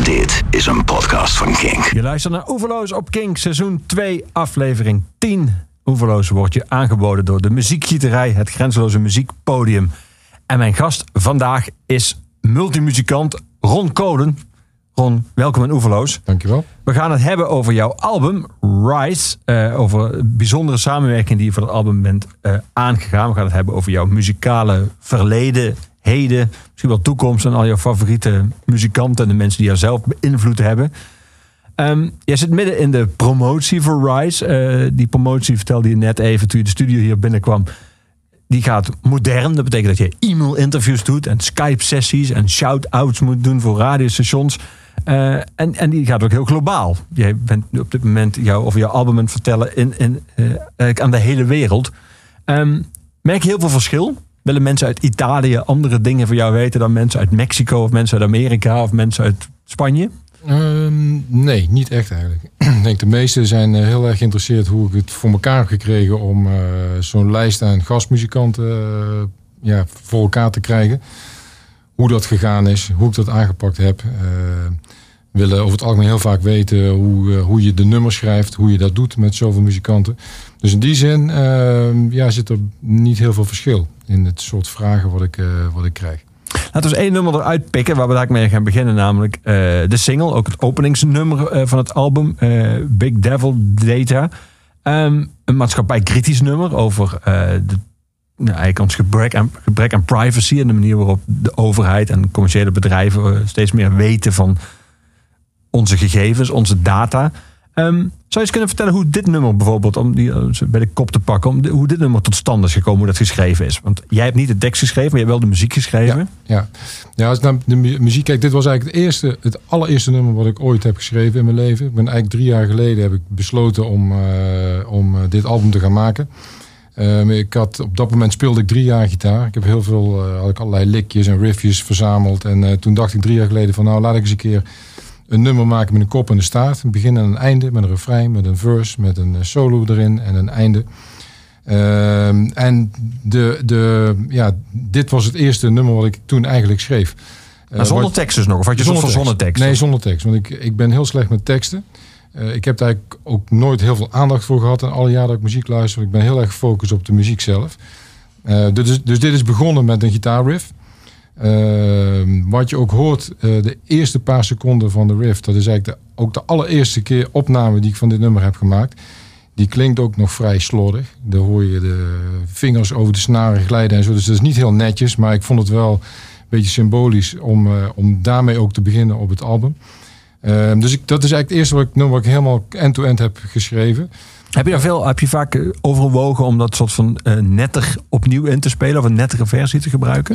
Dit is een podcast van Kink. Je luistert naar Oeverloos op Kink, seizoen 2, aflevering 10. Oeverloos wordt je aangeboden door de muziekgieterij, het grenzeloze muziekpodium. En mijn gast vandaag is multimuzikant Ron Kolen. Ron, welkom in Oeverloos. Dankjewel. We gaan het hebben over jouw album, Rise. Over bijzondere samenwerking die je voor het album bent aangegaan. We gaan het hebben over jouw muzikale verleden, heden, misschien wel toekomst en al jouw favoriete muzikanten en de mensen die jou zelf beïnvloed hebben. Jij zit midden in de promotie voor Rise. Die promotie vertelde je net even toen je de studio hier binnenkwam. Die gaat modern. Dat betekent dat je e-mail-interviews doet en Skype-sessies en shout-outs moet doen voor radiostations. En die gaat ook heel globaal. Jij bent nu op dit moment jouw album aan het vertellen aan de hele wereld. Merk je heel veel verschil? Willen mensen uit Italië andere dingen van jou weten dan mensen uit Mexico of mensen uit Amerika of mensen uit Spanje? Nee, niet echt eigenlijk. Ik denk de meesten zijn heel erg geïnteresseerd hoe ik het voor elkaar heb gekregen om zo'n lijst aan gastmuzikanten voor elkaar te krijgen. Hoe dat gegaan is, hoe ik dat aangepakt heb. Willen over het algemeen heel vaak weten hoe je de nummers schrijft, hoe je dat doet met zoveel muzikanten. Dus in die zin zit er niet heel veel verschil in het soort vragen wat ik krijg. Laten we eens één nummer eruit pikken waar we daar mee gaan beginnen. Namelijk de single, ook het openingsnummer van het album. Big Devil Data. Een maatschappij-kritisch nummer over eigenlijk ons gebrek aan privacy. En de manier waarop de overheid en commerciële bedrijven steeds meer weten van onze gegevens, onze data. Zou je eens kunnen vertellen hoe dit nummer bijvoorbeeld, om die bij de kop te pakken, hoe dit nummer tot stand is gekomen, hoe dat geschreven is? Want jij hebt niet de tekst geschreven, maar je hebt wel de muziek geschreven. Ja, als ik naar de muziek kijk, dit was eigenlijk het allereerste nummer wat ik ooit heb geschreven in mijn leven. Ik ben eigenlijk 3 jaar geleden heb ik besloten om dit album te gaan maken. Op dat moment speelde ik 3 jaar gitaar. Ik heb had ik allerlei likjes en riffjes verzameld. En toen dacht ik 3 jaar geleden van laat ik eens een keer een nummer maken met een kop en een staart. Een begin en een einde, met een refrein, met een verse, met een solo erin en een einde. Dit was het eerste nummer wat ik toen eigenlijk schreef. Zonder tekst dus nog? Of had je zonder tekst? Nee, zonder tekst. Want ik ben heel slecht met teksten. Ik heb daar eigenlijk ook nooit heel veel aandacht voor gehad. En alle jaren dat ik muziek luister, ik ben heel erg gefocust op de muziek zelf. Dus dit is begonnen met een gitaarriff. Wat je ook hoort, de eerste paar seconden van de riff, dat is eigenlijk ook de allereerste keer opname die ik van dit nummer heb gemaakt. Die klinkt ook nog vrij slordig. Daar hoor je de vingers over de snaren glijden en zo. Dus dat is niet heel netjes, maar ik vond het wel een beetje symbolisch om daarmee ook te beginnen op het album. Dus dat is eigenlijk het eerste nummer wat ik helemaal end-to-end heb geschreven. Heb je vaak overwogen om dat soort van netter opnieuw in te spelen of een nettere versie te gebruiken?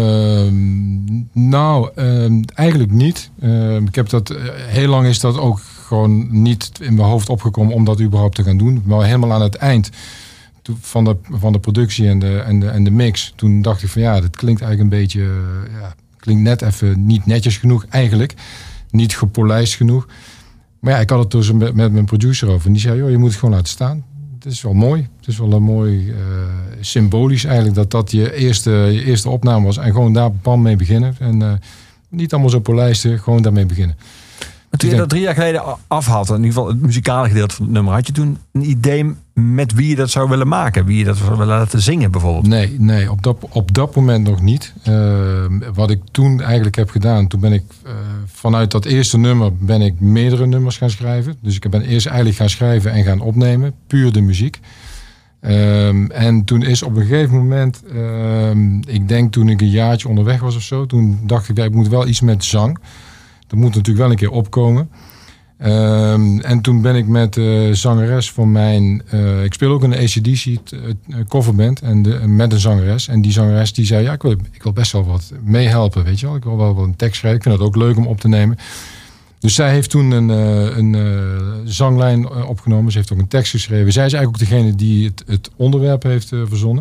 Eigenlijk niet. Ik heb heel lang is dat ook gewoon niet in mijn hoofd opgekomen om dat überhaupt te gaan doen. Maar helemaal aan het eind van de productie en de mix, toen dacht ik van dit klinkt eigenlijk een beetje, klinkt net even niet netjes genoeg eigenlijk. Niet gepolijst genoeg. Maar ik had het dus met mijn producer over. En die zei, je moet het gewoon laten staan. Het is wel mooi. Het is wel een mooi symbolisch eigenlijk dat je eerste opname was. En gewoon daar bam mee beginnen. En niet allemaal zo polijsten, gewoon daarmee beginnen. Maar toen je dat 3 jaar geleden af had, in ieder geval het muzikale gedeelte van het nummer, had je toen een idee met wie je dat zou willen maken? Wie je dat zou willen laten zingen bijvoorbeeld? Nee, op dat moment nog niet. Wat ik toen eigenlijk heb gedaan, toen ben ik vanuit dat eerste nummer ben ik meerdere nummers gaan schrijven. Dus ik ben eerst eigenlijk gaan schrijven en gaan opnemen, puur de muziek. En toen is op een gegeven moment, ik denk toen ik een jaartje onderweg was of zo, toen dacht ik moet wel iets met zang. Dat moet natuurlijk wel een keer opkomen. En toen ben ik met de zangeres van mijn... ik speel ook een AC/DC coverband met een zangeres. En die zangeres die zei, ik wil best wel wat meehelpen, weet je wel. Ik wil wel een tekst schrijven. Ik vind het ook leuk om op te nemen. Dus zij heeft toen een zanglijn opgenomen. Ze heeft ook een tekst geschreven. Zij is eigenlijk ook degene die het onderwerp heeft verzonnen.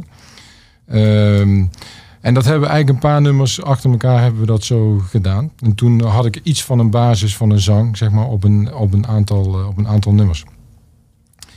En dat hebben we eigenlijk een paar nummers achter elkaar hebben we dat zo gedaan. En toen had ik iets van een basis van een zang, zeg maar, op een aantal nummers.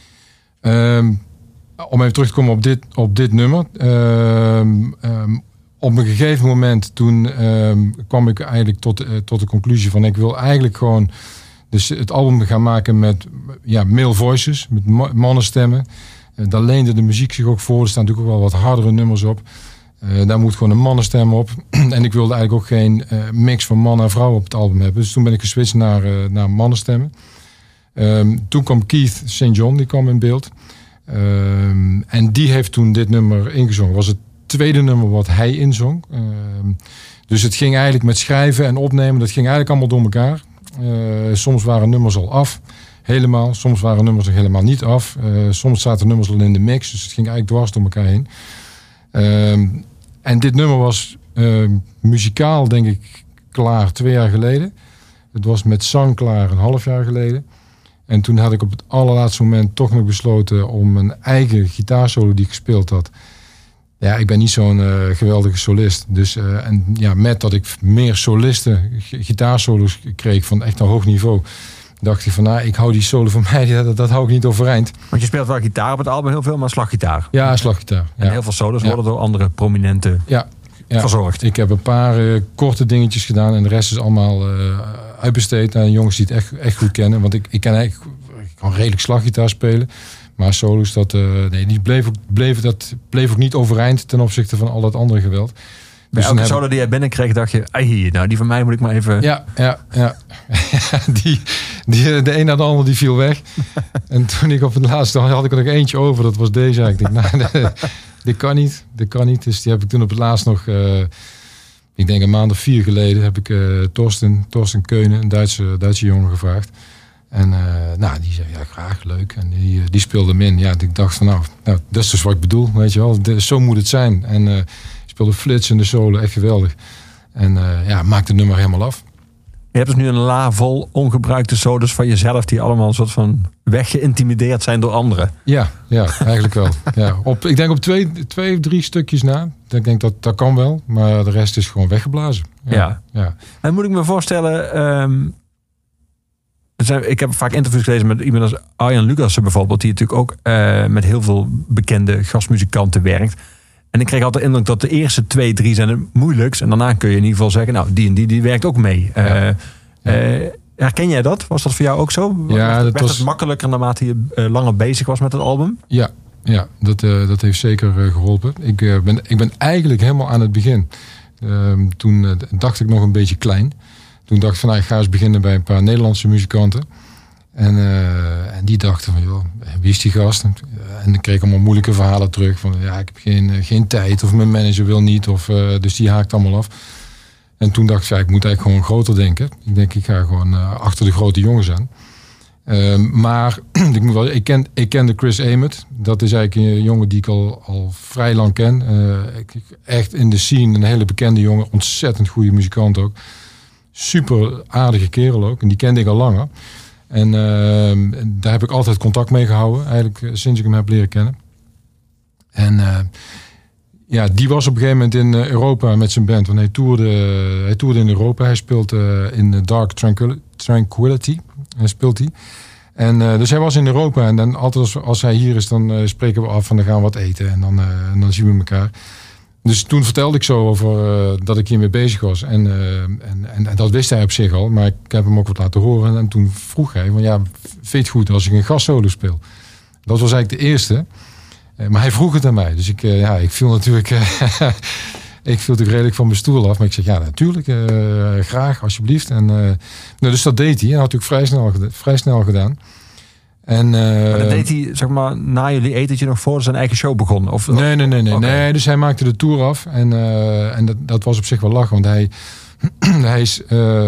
Om even terug te komen op dit nummer. op een gegeven moment toen kwam ik eigenlijk tot de conclusie van ik wil eigenlijk gewoon dus het album gaan maken met male voices, met mannenstemmen. Daar leende de muziek zich ook voor. Er staan natuurlijk ook wel wat hardere nummers op. Daar moet gewoon een mannenstem op. En ik wilde eigenlijk ook geen mix van man en vrouw op het album hebben. Dus toen ben ik geswitcht naar mannenstemmen. Toen kwam Keith St. John, die kwam in beeld. En die heeft toen dit nummer ingezongen. Was het tweede nummer wat hij inzong. Dus het ging eigenlijk met schrijven en opnemen. Dat ging eigenlijk allemaal door elkaar. Soms waren nummers al af. Helemaal. Soms waren nummers nog helemaal niet af. Soms zaten nummers al in de mix. Dus het ging eigenlijk dwars door elkaar heen. En dit nummer was muzikaal denk ik klaar 2 jaar geleden. Het was met zang klaar een half jaar geleden. En toen had ik op het allerlaatste moment toch nog besloten om een eigen gitaarsolo die ik gespeeld had. Ja, ik ben niet zo'n geweldige solist. Dus met dat ik meer solisten, gitaarsolo's kreeg van echt een hoog niveau, dacht ik van ik hou die solo van mij, dat hou ik niet overeind. Want je speelt wel gitaar op het album, heel veel, maar slaggitaar. Ja, slaggitaar. Ja. En heel veel solos worden door andere prominenten verzorgd. Ik heb een paar korte dingetjes gedaan en de rest is allemaal uitbesteed aan jongens die het echt goed kennen. Want ik kan redelijk slaggitaar spelen. Maar solos, die bleef ook niet overeind ten opzichte van al dat andere geweld. Bij elke solo die jij binnenkreeg dacht je, die van mij moet ik maar even... Ja. De een na de ander die viel weg. En toen ik op het laatste had ik er nog eentje over. Dat was deze eigenlijk. Ik denk, dit kan niet. Dus die heb ik toen op het laatst nog... ik denk een maand of 4 geleden heb ik Torsten Keunen, een Duitse jongen, gevraagd. En die zei, graag, leuk. En die speelde hem in. Ja, ik dacht van, nou, dat is dus wat ik bedoel, weet je wel. Zo moet het zijn. En speelde flits in de solo, echt geweldig. En maakte het nummer helemaal af. Je hebt dus nu een la vol ongebruikte solos van jezelf die allemaal een soort van weggeïntimideerd zijn door anderen. Ja, eigenlijk wel. Ja, ik denk op 2 of 3 stukjes na. Ik denk dat kan wel, maar de rest is gewoon weggeblazen. Ja. En moet ik me voorstellen... ik heb vaak interviews gelezen met iemand als Arjan Lucassen bijvoorbeeld, die natuurlijk ook met heel veel bekende gastmuzikanten werkt. En ik kreeg altijd de indruk dat de eerste 2, 3 zijn het moeilijkst. En daarna kun je in ieder geval zeggen, nou, die en die werkt ook mee. Herken jij dat? Was dat voor jou ook zo? Ja, werd het makkelijker naarmate je langer bezig was met het album? Ja, dat heeft zeker geholpen. Ik ben eigenlijk helemaal aan het begin. Toen dacht ik nog een beetje klein. Toen dacht ik van, ik ga eens beginnen bij een paar Nederlandse muzikanten. En die dachten van, joh, wie is die gast? En ik kreeg allemaal moeilijke verhalen terug. Van, ik heb geen tijd of mijn manager wil niet. Dus die haakt allemaal af. En toen dacht ik, ik moet eigenlijk gewoon groter denken. Ik denk, ik ga gewoon achter de grote jongens aan. Maar ik kende Chris Ament. Dat is eigenlijk een jongen die ik al vrij lang ken. Echt in de scene een hele bekende jongen. Ontzettend goede muzikant ook. Super aardige kerel ook. En die kende ik al langer. En daar heb ik altijd contact mee gehouden. Eigenlijk sinds ik hem heb leren kennen. En die was op een gegeven moment in Europa met zijn band. Want hij toerde in Europa. Hij speelt in Dark Tranquility. Speelt hij. En dus hij was in Europa. En dan altijd als hij hier is, dan spreken we af. En dan gaan we wat eten. En dan zien we elkaar. Dus toen vertelde ik zo over dat ik hiermee bezig was. En dat wist hij op zich al. Maar ik heb hem ook wat laten horen. En toen vroeg hij, vind je het goed als ik een gastsolo speel? Dat was eigenlijk de eerste. Maar hij vroeg het aan mij. Dus ik viel natuurlijk... ik viel natuurlijk redelijk van mijn stoel af. Maar ik zeg, natuurlijk. Graag, alsjeblieft. En, dus dat deed hij. En dat had natuurlijk vrij snel gedaan. En, maar dat deed hij, zeg maar, na jullie etentje nog voor zijn eigen show begon? Of? Nee. Okay. Nee, dus hij maakte de tour af. En dat was op zich wel lachen. Want hij is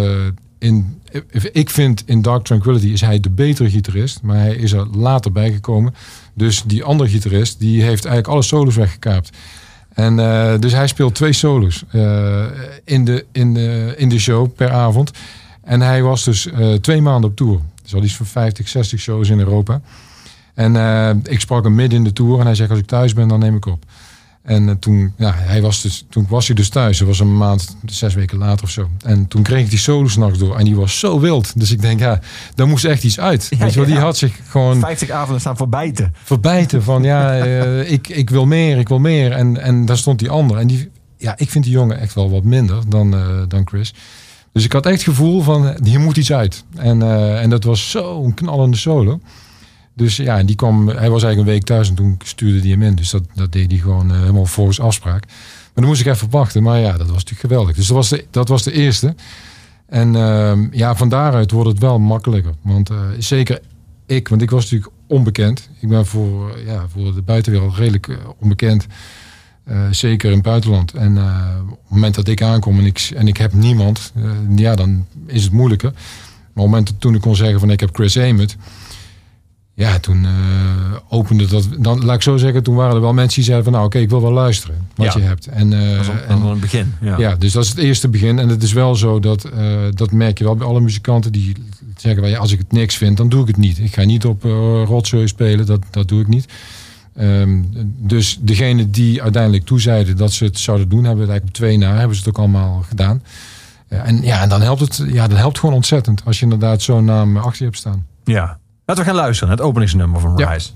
ik vind in Dark Tranquility is hij de betere gitarist. Maar hij is er later bijgekomen. Dus die andere gitarist, die heeft eigenlijk alle solos weggekaapt. En dus hij speelt 2 solos in de show per avond. En hij was dus 2 maanden op tour. Dus al iets van 50, 60 shows in Europa. En ik sprak hem midden in de tour. En hij zegt, als ik thuis ben, dan neem ik op. En toen was hij dus thuis. Dat was een maand, 6 weken later of zo. En toen kreeg ik die solo 's nachts door. En die was zo wild. Dus ik denk, daar moest echt iets uit. Weet je wel, die had zich gewoon... 50 avonden staan verbijten. Verbijten van, ik wil meer. En daar stond die ander. En ik vind die jongen echt wel wat minder dan Chris. Dus ik had echt het gevoel van, hier moet iets uit. En dat was zo'n knallende solo. Dus ja, en hij was eigenlijk een week thuis en toen stuurde hij hem in. Dus dat deed hij gewoon helemaal volgens afspraak. Maar dan moest ik even wachten. Maar ja, dat was natuurlijk geweldig. Dus dat was de eerste. En van daaruit wordt het wel makkelijker. Want zeker want ik was natuurlijk onbekend. Ik ben voor de buitenwereld redelijk onbekend. Zeker in het buitenland. En op het moment dat ik aankom en ik heb niemand, dan is het moeilijker. Maar op het moment toen ik kon zeggen van ik heb Chris Ament, ja, toen opende dat. Dan laat ik zo zeggen, toen waren er wel mensen die zeiden van nou oké, ik wil wel luisteren wat je hebt. En dat was al een begin. Ja, dus dat is het eerste begin. En het is wel zo dat merk je wel bij alle muzikanten die zeggen van als ik het niks vind, dan doe ik het niet. Ik ga niet op rotzooi spelen, dat doe ik niet. Dus degene die uiteindelijk toezeiden dat ze het zouden doen, hebben het eigenlijk op 2 na, hebben ze het ook allemaal gedaan. En dan helpt het. Ja, dat helpt gewoon ontzettend als je inderdaad zo'n naam achter je hebt staan. Ja. Laten we gaan luisteren. Het openingsnummer van Rise.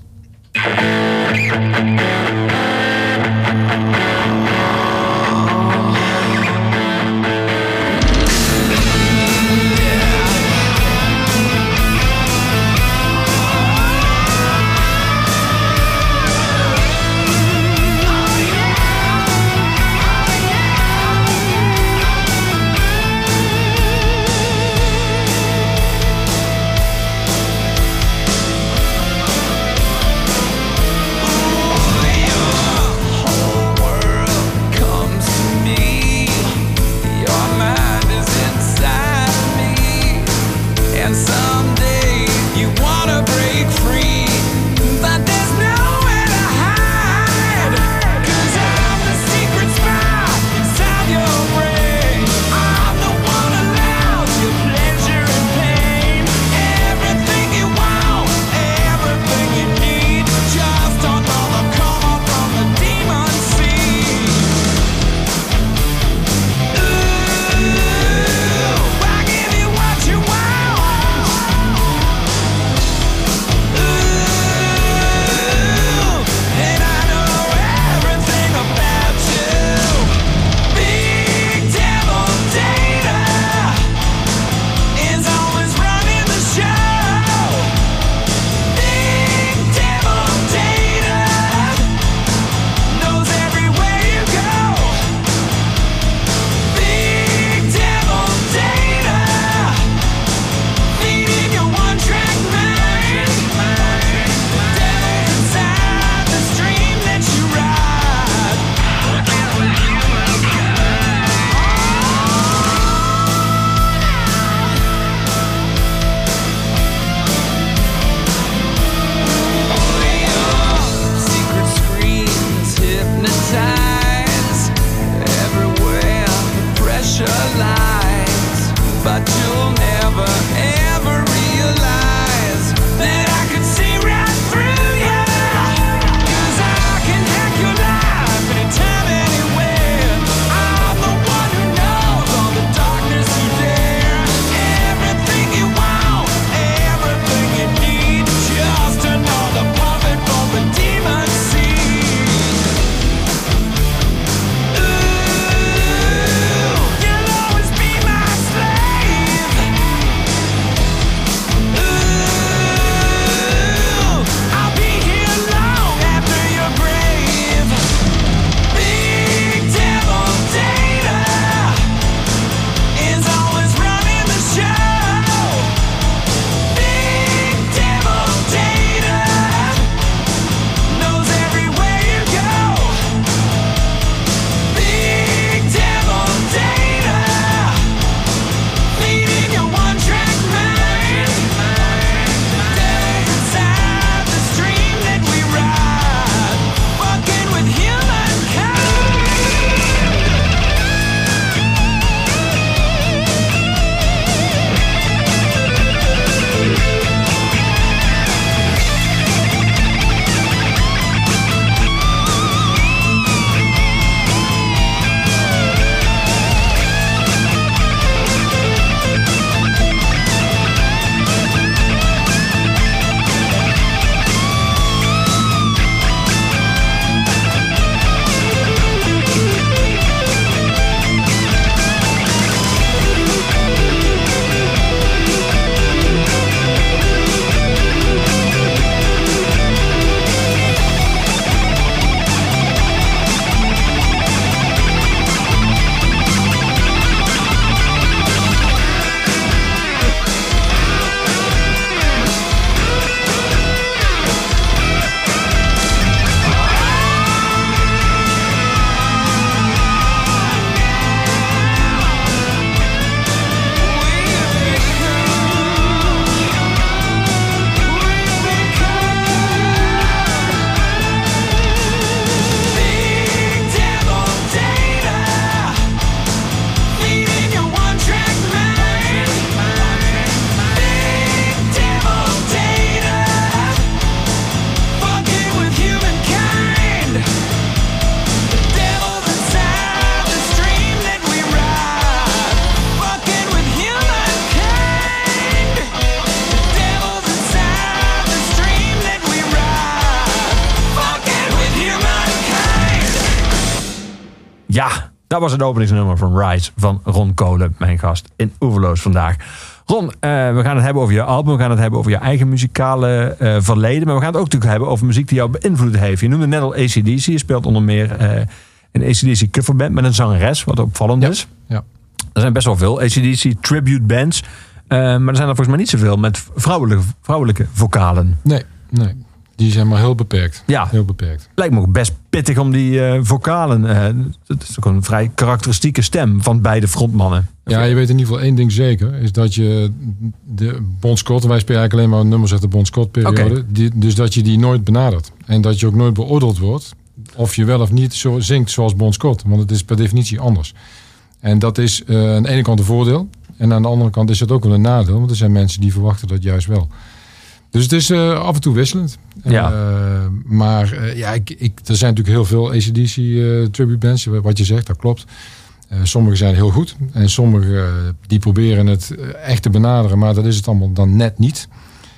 Dat was het openingsnummer van Rise van Ron Kolen, mijn gast in Oeverloos vandaag. Ron, we gaan het hebben over je album. We gaan het hebben over je eigen muzikale verleden. Maar we gaan het ook natuurlijk hebben over muziek die jou beïnvloed heeft. Je noemde net al AC/DC. Je speelt onder meer een AC/DC coverband met een zangeres, wat opvallend is. Ja. Er zijn best wel veel AC/DC tribute bands. Maar er zijn er volgens mij niet zoveel met vrouwelijke vocalen. Nee. Die zijn maar heel beperkt. Ja. Heel beperkt. Lijkt me ook best pittig om die vocalen... het is ook een vrij karakteristieke stem van beide frontmannen. Ja, je weet in ieder geval één ding zeker. Is dat je de Bon Scott... Wij spelen eigenlijk alleen maar nummers uit de Bon Scott periode. Okay. Dus dat je die nooit benadert. En dat je ook nooit beoordeeld wordt. Of je wel of niet zo zingt zoals Bon Scott. Want het is per definitie anders. En dat is aan de ene kant een voordeel. En aan de andere kant is het ook wel een nadeel. Want er zijn mensen die verwachten dat juist wel. Dus het is af en toe wisselend. Ja. Maar er zijn natuurlijk heel veel AC/DC tribute bands. Wat je zegt, dat klopt. Sommige zijn heel goed. En sommige die proberen het echt te benaderen. Maar dat is het allemaal dan net niet.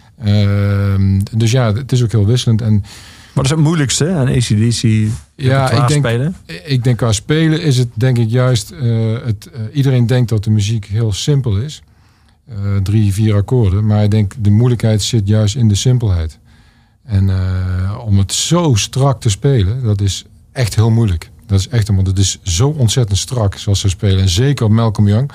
Dus ja, het is ook heel wisselend. En wat is het moeilijkste aan AC/DC spelen? Ik denk qua spelen is het denk ik juist... iedereen denkt dat de muziek heel simpel is. 3-4 akkoorden. Maar ik denk de moeilijkheid zit juist in de simpelheid. En om het zo strak te spelen, dat is echt heel moeilijk. Dat is echt, want het is zo ontzettend strak zoals ze spelen. En zeker op Malcolm Young,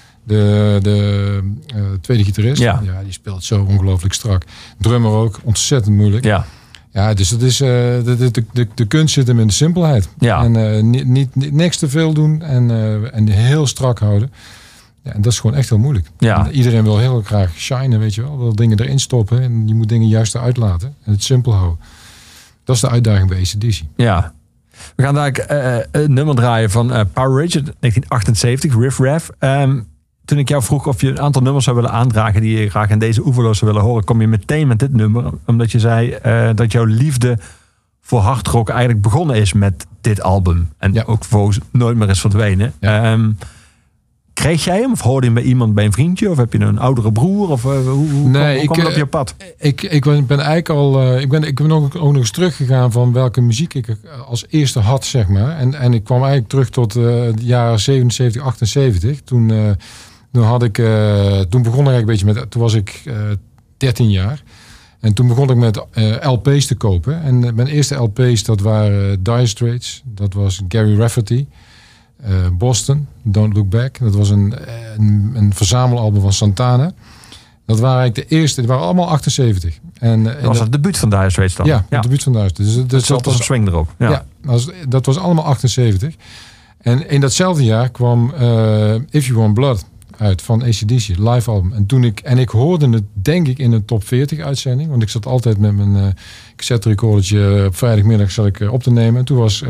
de tweede gitarist. Ja, die speelt zo ongelooflijk strak. Drummer ook, ontzettend moeilijk. Ja, dus dat is, de kunst zit hem in de simpelheid. Ja. En niks te veel doen en heel strak houden. Ja, en dat is gewoon echt heel moeilijk. Ja. Iedereen wil heel graag shinen, weet je wel. Wil dingen erin stoppen en je moet dingen juist eruit laten. En het simpel houden. Dat is de uitdaging bij AC/DC. Ja. We gaan daar een nummer draaien van Power Rage 1978, Riff Raff. Toen ik jou vroeg of je een aantal nummers zou willen aandragen die je graag in deze Oeverloos zou willen horen, kom je meteen met dit nummer. Omdat je zei dat jouw liefde voor hardrock eigenlijk begonnen is met dit album. En ook vervolgens nooit meer is verdwenen. Ja. Kreeg jij hem of hoorde je hem bij iemand, bij een vriendje? Of heb je een oudere broer? Of hoe kwam het op je pad? Ik ben eigenlijk al... Ik ben ook nog eens teruggegaan van welke muziek ik als eerste had, zeg maar. En ik kwam eigenlijk terug tot de jaren 77, 78. Toen begon ik eigenlijk een beetje met... Toen was ik 13 jaar. En toen begon ik met LP's te kopen. En mijn eerste LP's, dat waren Dire Straits. Dat was Gary Rafferty. Boston, Don't Look Back. Dat was een verzamelalbum van Santana. Dat waren eigenlijk de eerste. Die waren allemaal 78. Dat was het debuut van Dire Straits dan? Ja, het debuut van Dire Straits. Dus dat was een swing erop. Ja, dat was allemaal 78. En in datzelfde jaar kwam If You Want Blood uit van AC/DC, live album. En ik hoorde het denk ik in een top 40 uitzending. Want ik zat altijd met mijn cassette recordertje op vrijdagmiddag zat ik op te nemen. En toen was...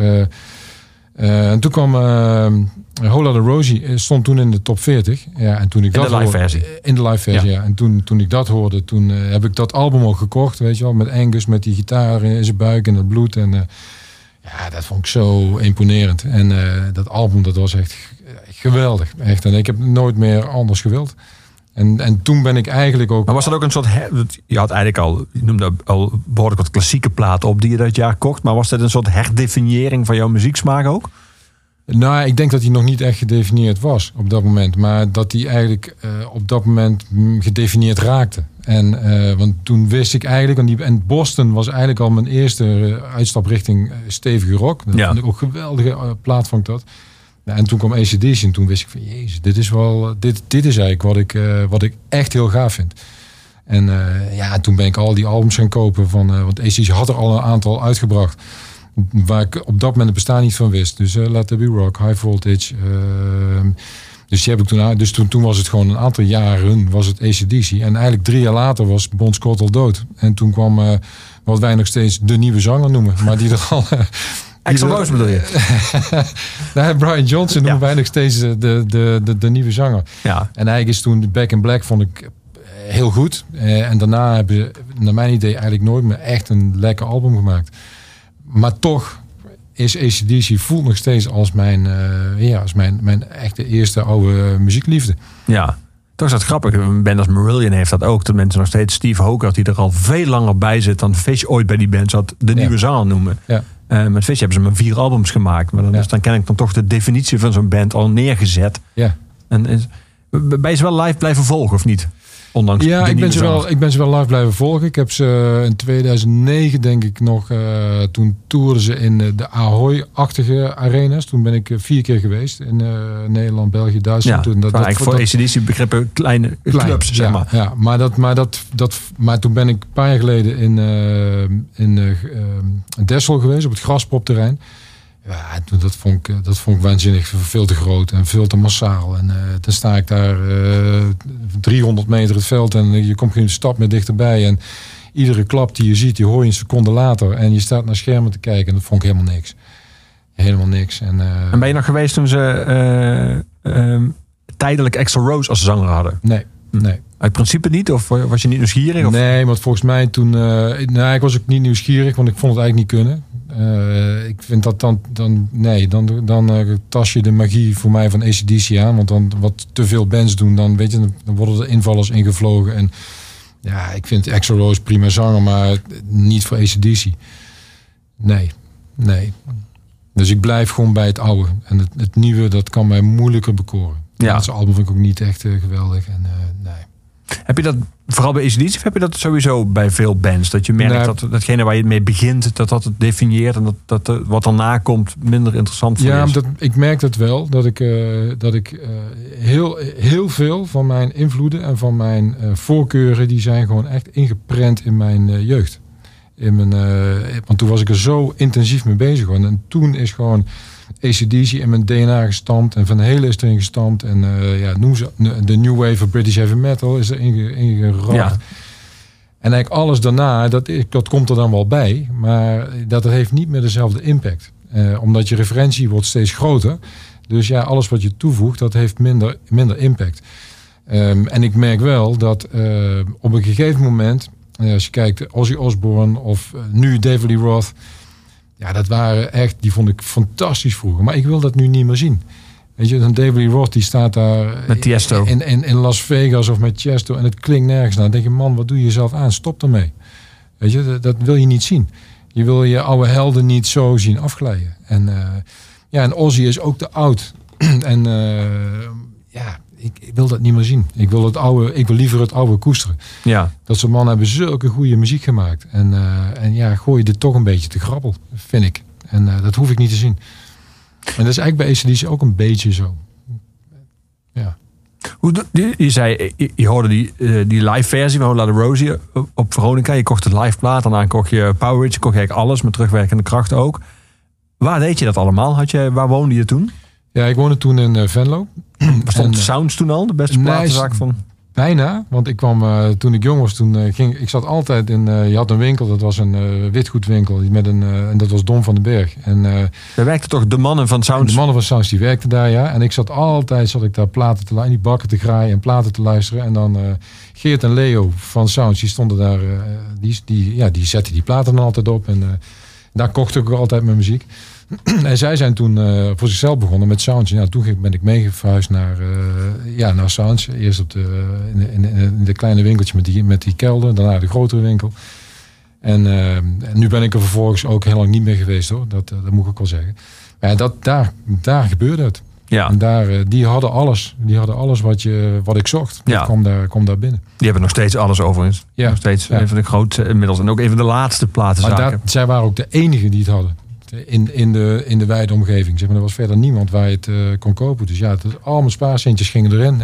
en toen kwam Whole Lotta Rosie stond toen in de top 40. Ja, en toen ik dat hoorde, versie. In de live versie, ja. En toen ik dat hoorde, toen heb ik dat album ook gekocht, weet je wel, met Angus, met die gitaar in zijn buik en het bloed. En ja, dat vond ik zo imponerend. En dat album, dat was echt geweldig. Echt. En ik heb nooit meer anders gewild. En toen ben ik eigenlijk ook... Maar was dat ook een soort... Je had eigenlijk al... Je noemde al behoorlijk wat klassieke platen op die je dat jaar kocht. Maar was dat een soort herdefiniëring van jouw muzieksmaak ook? Nou, ik denk dat hij nog niet echt gedefinieerd was op dat moment. Maar dat hij eigenlijk op dat moment gedefinieerd raakte. Want toen wist ik eigenlijk... En Boston was eigenlijk al mijn eerste uitstap richting stevige rock. Dat vond ik ook een geweldige plaat, vond ik dat. Ja, en toen kwam AC/DC en toen wist ik van... Jezus, dit is wel... Dit is eigenlijk wat ik echt heel gaaf vind. En toen ben ik al die albums gaan kopen van... want AC/DC had er al een aantal uitgebracht... waar ik op dat moment het bestaan niet van wist. Dus Let There Be Rock, High Voltage... dus die heb ik toen uit. Dus toen was het gewoon een aantal jaren was het AC/DC. En eigenlijk 3 jaar later was Bon Scott al dood. En toen kwam wat wij nog steeds de nieuwe zanger noemen. Maar die er al... Axl Rose bedoel je? Nee, Brian Johnson noemen wij nog steeds de nieuwe zanger. Ja. En eigenlijk is toen Back in Black vond ik heel goed. En daarna hebben ze, naar mijn idee, eigenlijk nooit meer echt een lekker album gemaakt. Maar toch is AC/DC voelt nog steeds als mijn echte eerste oude muziekliefde. Ja. Toch is dat grappig. Een band als Marillion heeft dat ook. Dat mensen nog steeds Steve Hogarth, die er al veel langer bij zit dan Fish ooit bij die band zat, de nieuwe zanger noemen. Ja. Met Fish hebben ze maar 4 albums gemaakt. Maar dan is dan ken ik dan toch de definitie van zo'n band al neergezet. Ja. En ben je ze wel live blijven volgen of niet? Ondanks ik ben ze wel live blijven volgen. Ik heb ze in 2009 denk ik nog. Toen toerden ze in de Ahoy-achtige arenas. Toen ben ik 4 keer geweest. In Nederland, België, Duitsland. Ja, toen, dat eigenlijk voor ACDC begrippen klein clubs, zeg maar. Ja, maar toen ben ik een paar jaar geleden in Dessel geweest. Op het Graspopterrein. Ja, dat vond ik waanzinnig. Veel te groot en veel te massaal. En dan sta ik daar 300 meter het veld en je komt geen stap meer dichterbij. En iedere klap die je ziet, die hoor je een seconde later. En je staat naar schermen te kijken en dat vond ik helemaal niks. Helemaal niks. En ben je nog geweest toen ze tijdelijk Axl Rose als zanger hadden? Nee. Uit principe niet? Of was je niet nieuwsgierig? Of? Nee, want volgens mij toen... ik was ook niet nieuwsgierig, want ik vond het eigenlijk niet kunnen. Ik vind dat dan tas je de magie voor mij van AC/DC aan. Want dan wat te veel bands doen, dan worden er invallers ingevlogen. En ja, ik vind Axl Rose prima zanger, maar niet voor AC/DC. Nee. Dus ik blijf gewoon bij het oude. En het nieuwe, dat kan mij moeilijker bekoren. Ja. Het album vind ik ook niet echt geweldig. En nee. Heb je dat vooral bij AC/DC of heb je dat sowieso bij veel bands? Dat je merkt dat datgene waar je mee begint, dat het definieert en dat wat daarna komt minder interessant voor je is? Ik merk dat wel. Dat ik heel veel van mijn invloeden en van mijn voorkeuren, die zijn gewoon echt ingeprent in mijn jeugd. Want toen was ik er zo intensief mee bezig. En toen is gewoon AC/DC in mijn DNA gestampt en Van Halen is erin gestampt en noem ze de New Wave of British Heavy Metal is erin geraakt. Ja. En eigenlijk alles daarna, dat komt er dan wel bij, maar dat heeft niet meer dezelfde impact. Omdat je referentie wordt steeds groter. Dus ja, alles wat je toevoegt, dat heeft minder impact. En ik merk wel dat op een gegeven moment, als je kijkt Ozzy Osbourne of nu David Lee Roth, ja, dat waren echt, die vond ik fantastisch vroeger. Maar ik wil dat nu niet meer zien. Weet je, dan David Lee Roth, die staat daar met Tiesto in Las Vegas of met Tiesto en het klinkt nergens naar. Dan denk je, man, wat doe je jezelf aan? Stop ermee. Weet je, dat wil je niet zien. Je wil je oude helden niet zo zien afglijden. En Ozzy is ook te oud. En ik wil dat niet meer zien. Ik wil liever het oude koesteren. Ja. Dat soort mannen hebben zulke goede muziek gemaakt. En gooi je dit toch een beetje te grabbel, vind ik. En dat hoef ik niet te zien. En dat is eigenlijk bij AC/DC ook een beetje zo. Ja. Je zei, je hoorde die live versie van Holla de Rosie op Veronica. Je kocht het live plaat, daarna kocht je Power Rich, kocht je eigenlijk alles met terugwerkende kracht ook. Waar deed je dat allemaal? Waar woonde je toen? Ja, ik woonde toen in Venlo. Stond Sounds toen al? De beste platenzaak van... Bijna, want ik kwam toen ik jong was, ik zat altijd in, je had een winkel, dat was een witgoedwinkel en dat was Don van den Berg. Daar werkten toch de mannen van Sounds? De mannen van Sounds, die werkten daar, ja. En ik zat daar platen te luisteren, die bakken te graaien en platen te luisteren. En dan Geert en Leo van Sounds, die stonden daar, die zetten die platen dan altijd op. En daar kocht ik ook altijd mijn muziek. En zij zijn toen voor zichzelf begonnen met Sounds. Ja, toen ben ik meegeverhuisd naar Sounds. Eerst in de kleine winkeltje met die kelder. Daarna de grotere winkel. En nu ben ik er vervolgens ook heel lang niet meer geweest, hoor. Dat moet ik ook wel zeggen. Maar ja, daar gebeurde het. Ja. En die hadden alles. Die hadden alles wat ik zocht. Ja. Kwam daar binnen. Die hebben nog steeds alles overigens. Ja. Nog steeds een van de grootste inmiddels. En ook even de laatste platenzaken. Maar zij waren ook de enige die het hadden. In de wijde omgeving. Zeg maar, er was verder niemand waar je het kon kopen. Dus ja, al mijn spaarcentjes gingen erin.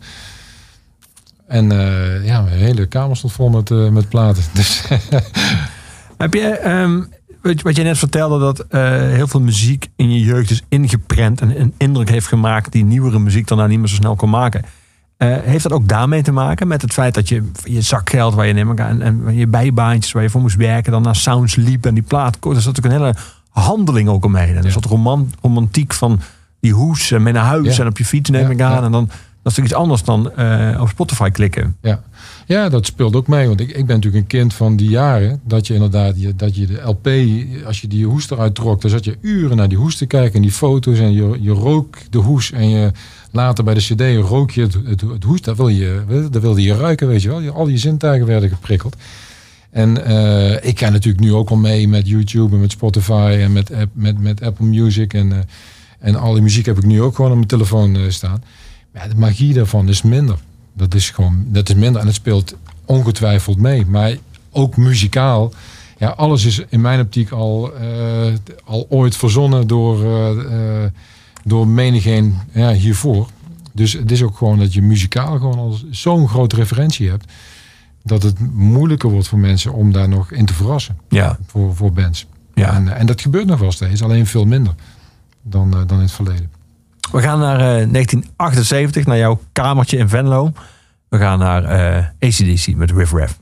En mijn hele kamer stond vol met platen. Dus heb je, wat je net vertelde, dat heel veel muziek in je jeugd is ingeprent en een indruk heeft gemaakt die nieuwere muziek daarna niet meer zo snel kon maken. Heeft dat ook daarmee te maken met het feit dat je zakgeld waar je neemt en je bijbaantjes waar je voor moest werken dan naar Sounds liep en die plaat, er zat ook een hele handeling ook omheen. En er zat romantiek van die hoes en mee naar huis en op je fiets neem ik aan. Ja. En dan dat is toch iets anders dan op Spotify klikken. Ja, dat speelt ook mee. Want ik ben natuurlijk een kind van die jaren dat je inderdaad dat je de LP, als je die hoes eruit trok, dan zat je uren naar die hoes te kijken en die foto's en je rook de hoes en je later bij de CD rook je het hoes. Dat wilde je ruiken, weet je wel. Al die zintuigen werden geprikkeld. En ik ga natuurlijk nu ook al mee met YouTube en met Spotify en met Apple Music. En al die muziek heb ik nu ook gewoon op mijn telefoon staan. Maar de magie daarvan is minder. Dat is minder en het speelt ongetwijfeld mee. Maar ook muzikaal. Ja, alles is in mijn optiek al ooit verzonnen door menigeen hiervoor. Dus het is ook gewoon dat je muzikaal gewoon al zo'n grote referentie hebt. Dat het moeilijker wordt voor mensen om daar nog in te verrassen. Ja. Voor bands. Ja. En dat gebeurt nog wel steeds. Alleen veel minder dan in het verleden. We gaan naar 1978, naar jouw kamertje in Venlo. We gaan naar AC/DC met Riff Raff.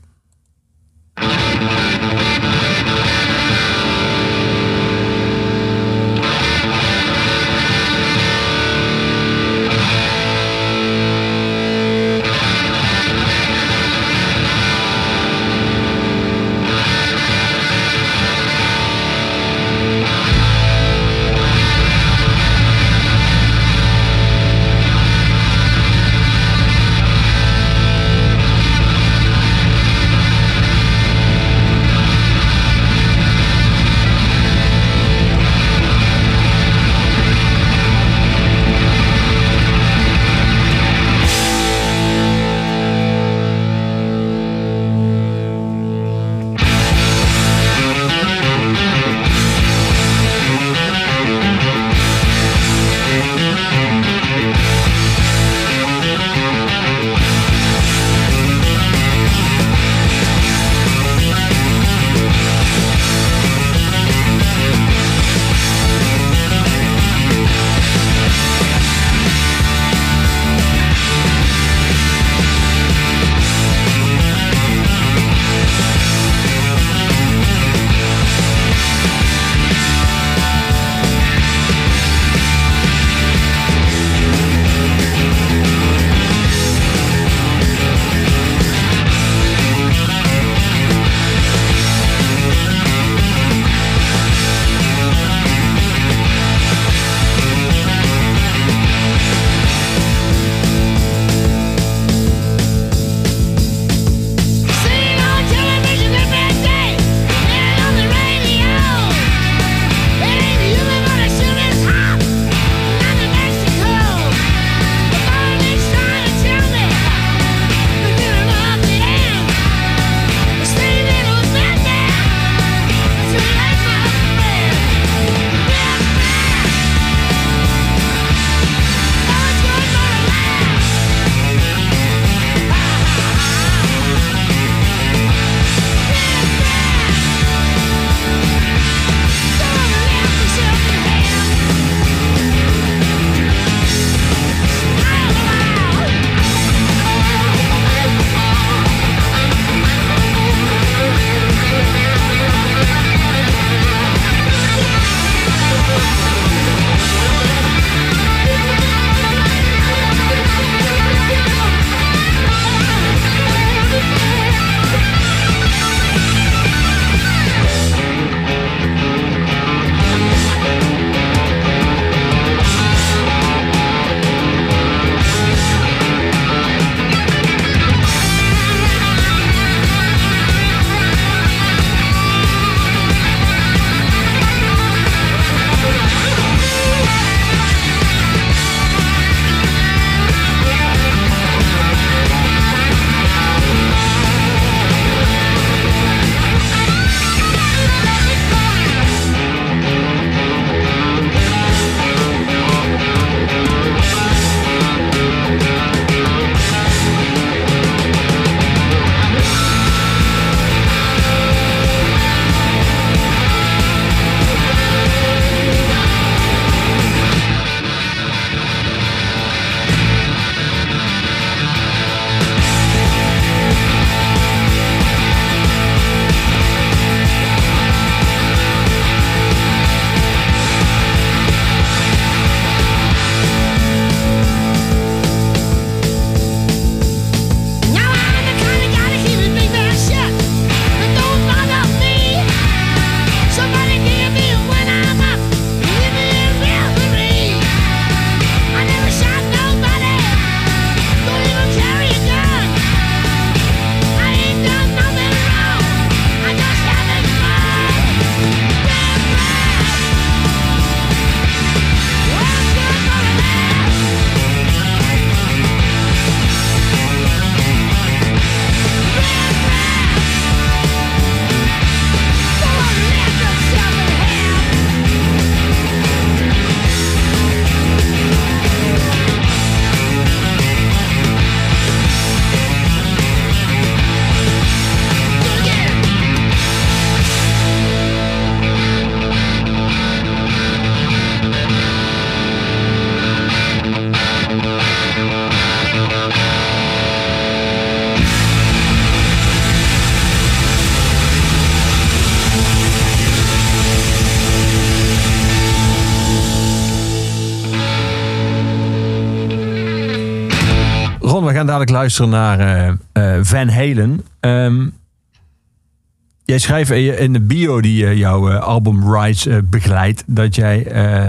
dadelijk luisteren naar Van Halen. Jij schrijft in de bio die jouw album Rise begeleidt, dat jij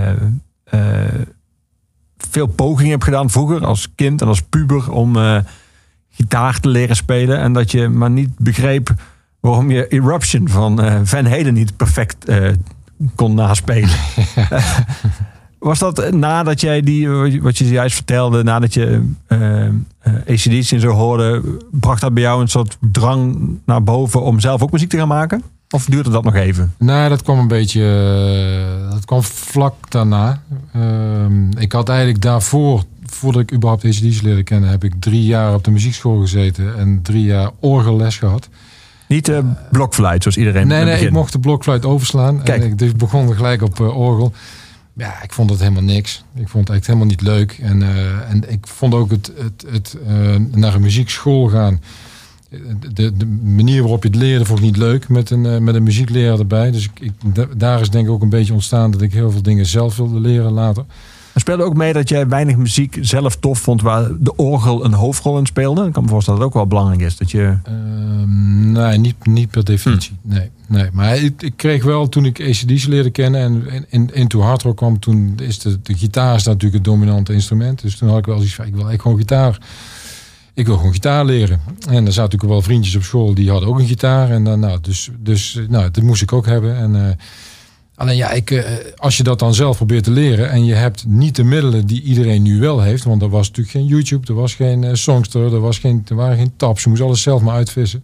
veel pogingen hebt gedaan vroeger als kind en als puber om gitaar te leren spelen. En dat je maar niet begreep waarom je Eruption van Van Halen niet perfect kon naspelen. Was dat nadat jij wat je juist vertelde, nadat je AC/DC en zo hoorde, bracht dat bij jou een soort drang naar boven om zelf ook muziek te gaan maken? Of duurde dat nog even? Nou, dat kwam een beetje, dat kwam vlak daarna. Ik had eigenlijk daarvoor, voordat ik überhaupt AC/DC leerde kennen, heb ik 3 jaar op de muziekschool gezeten en 3 jaar orgelles gehad. Niet blokfluit zoals iedereen. Nee, ik mocht de blokfluit overslaan. Kijk. En ik begon gelijk op orgel. Ja, ik vond het helemaal niks. Ik vond het eigenlijk helemaal niet leuk. En ik vond ook het naar een muziekschool gaan. De manier waarop je het leerde vond ik niet leuk met een muziekleraar erbij. Dus daar is denk ik ook een beetje ontstaan dat ik heel veel dingen zelf wilde leren later. Er speelde ook mee dat jij weinig muziek zelf tof vond waar de orgel een hoofdrol in speelde. Ik kan me voorstellen dat het ook wel belangrijk is. Dat je... Nee, niet per definitie. Nee. Maar ik kreeg wel, toen ik AC/DC leerde kennen en Into Hard Rock kwam, toen is de gitaar is natuurlijk het dominante instrument. Dus toen had ik wel zoiets van, ik wil eigenlijk gewoon gitaar. Ik wil gewoon gitaar leren. En er zaten natuurlijk wel vriendjes op school die hadden ook een gitaar. En dan, dat moest ik ook hebben. En alleen ja, als je dat dan zelf probeert te leren en je hebt niet de middelen die iedereen nu wel heeft, want er was natuurlijk geen YouTube, er was geen Songster, er waren geen tabs, je moest alles zelf maar uitvissen.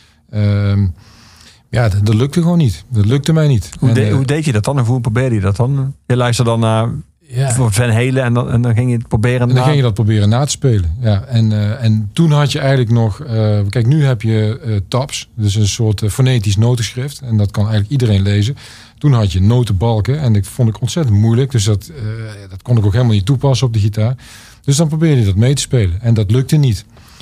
Dat lukte gewoon niet. Dat lukte mij niet. Hoe deed je dat dan? En hoe probeerde je dat dan? Je luisterde dan naar Van Halen en dan ging je het proberen. En dan ging je dat proberen na te spelen. Ja, en toen had je eigenlijk nog, kijk, nu heb je tabs, dus een soort fonetisch notenschrift, en dat kan eigenlijk iedereen lezen. Toen had je notenbalken en dat vond ik ontzettend moeilijk. Dus dat kon ik ook helemaal niet toepassen op de gitaar. Dus dan probeerde je dat mee te spelen. En dat lukte niet.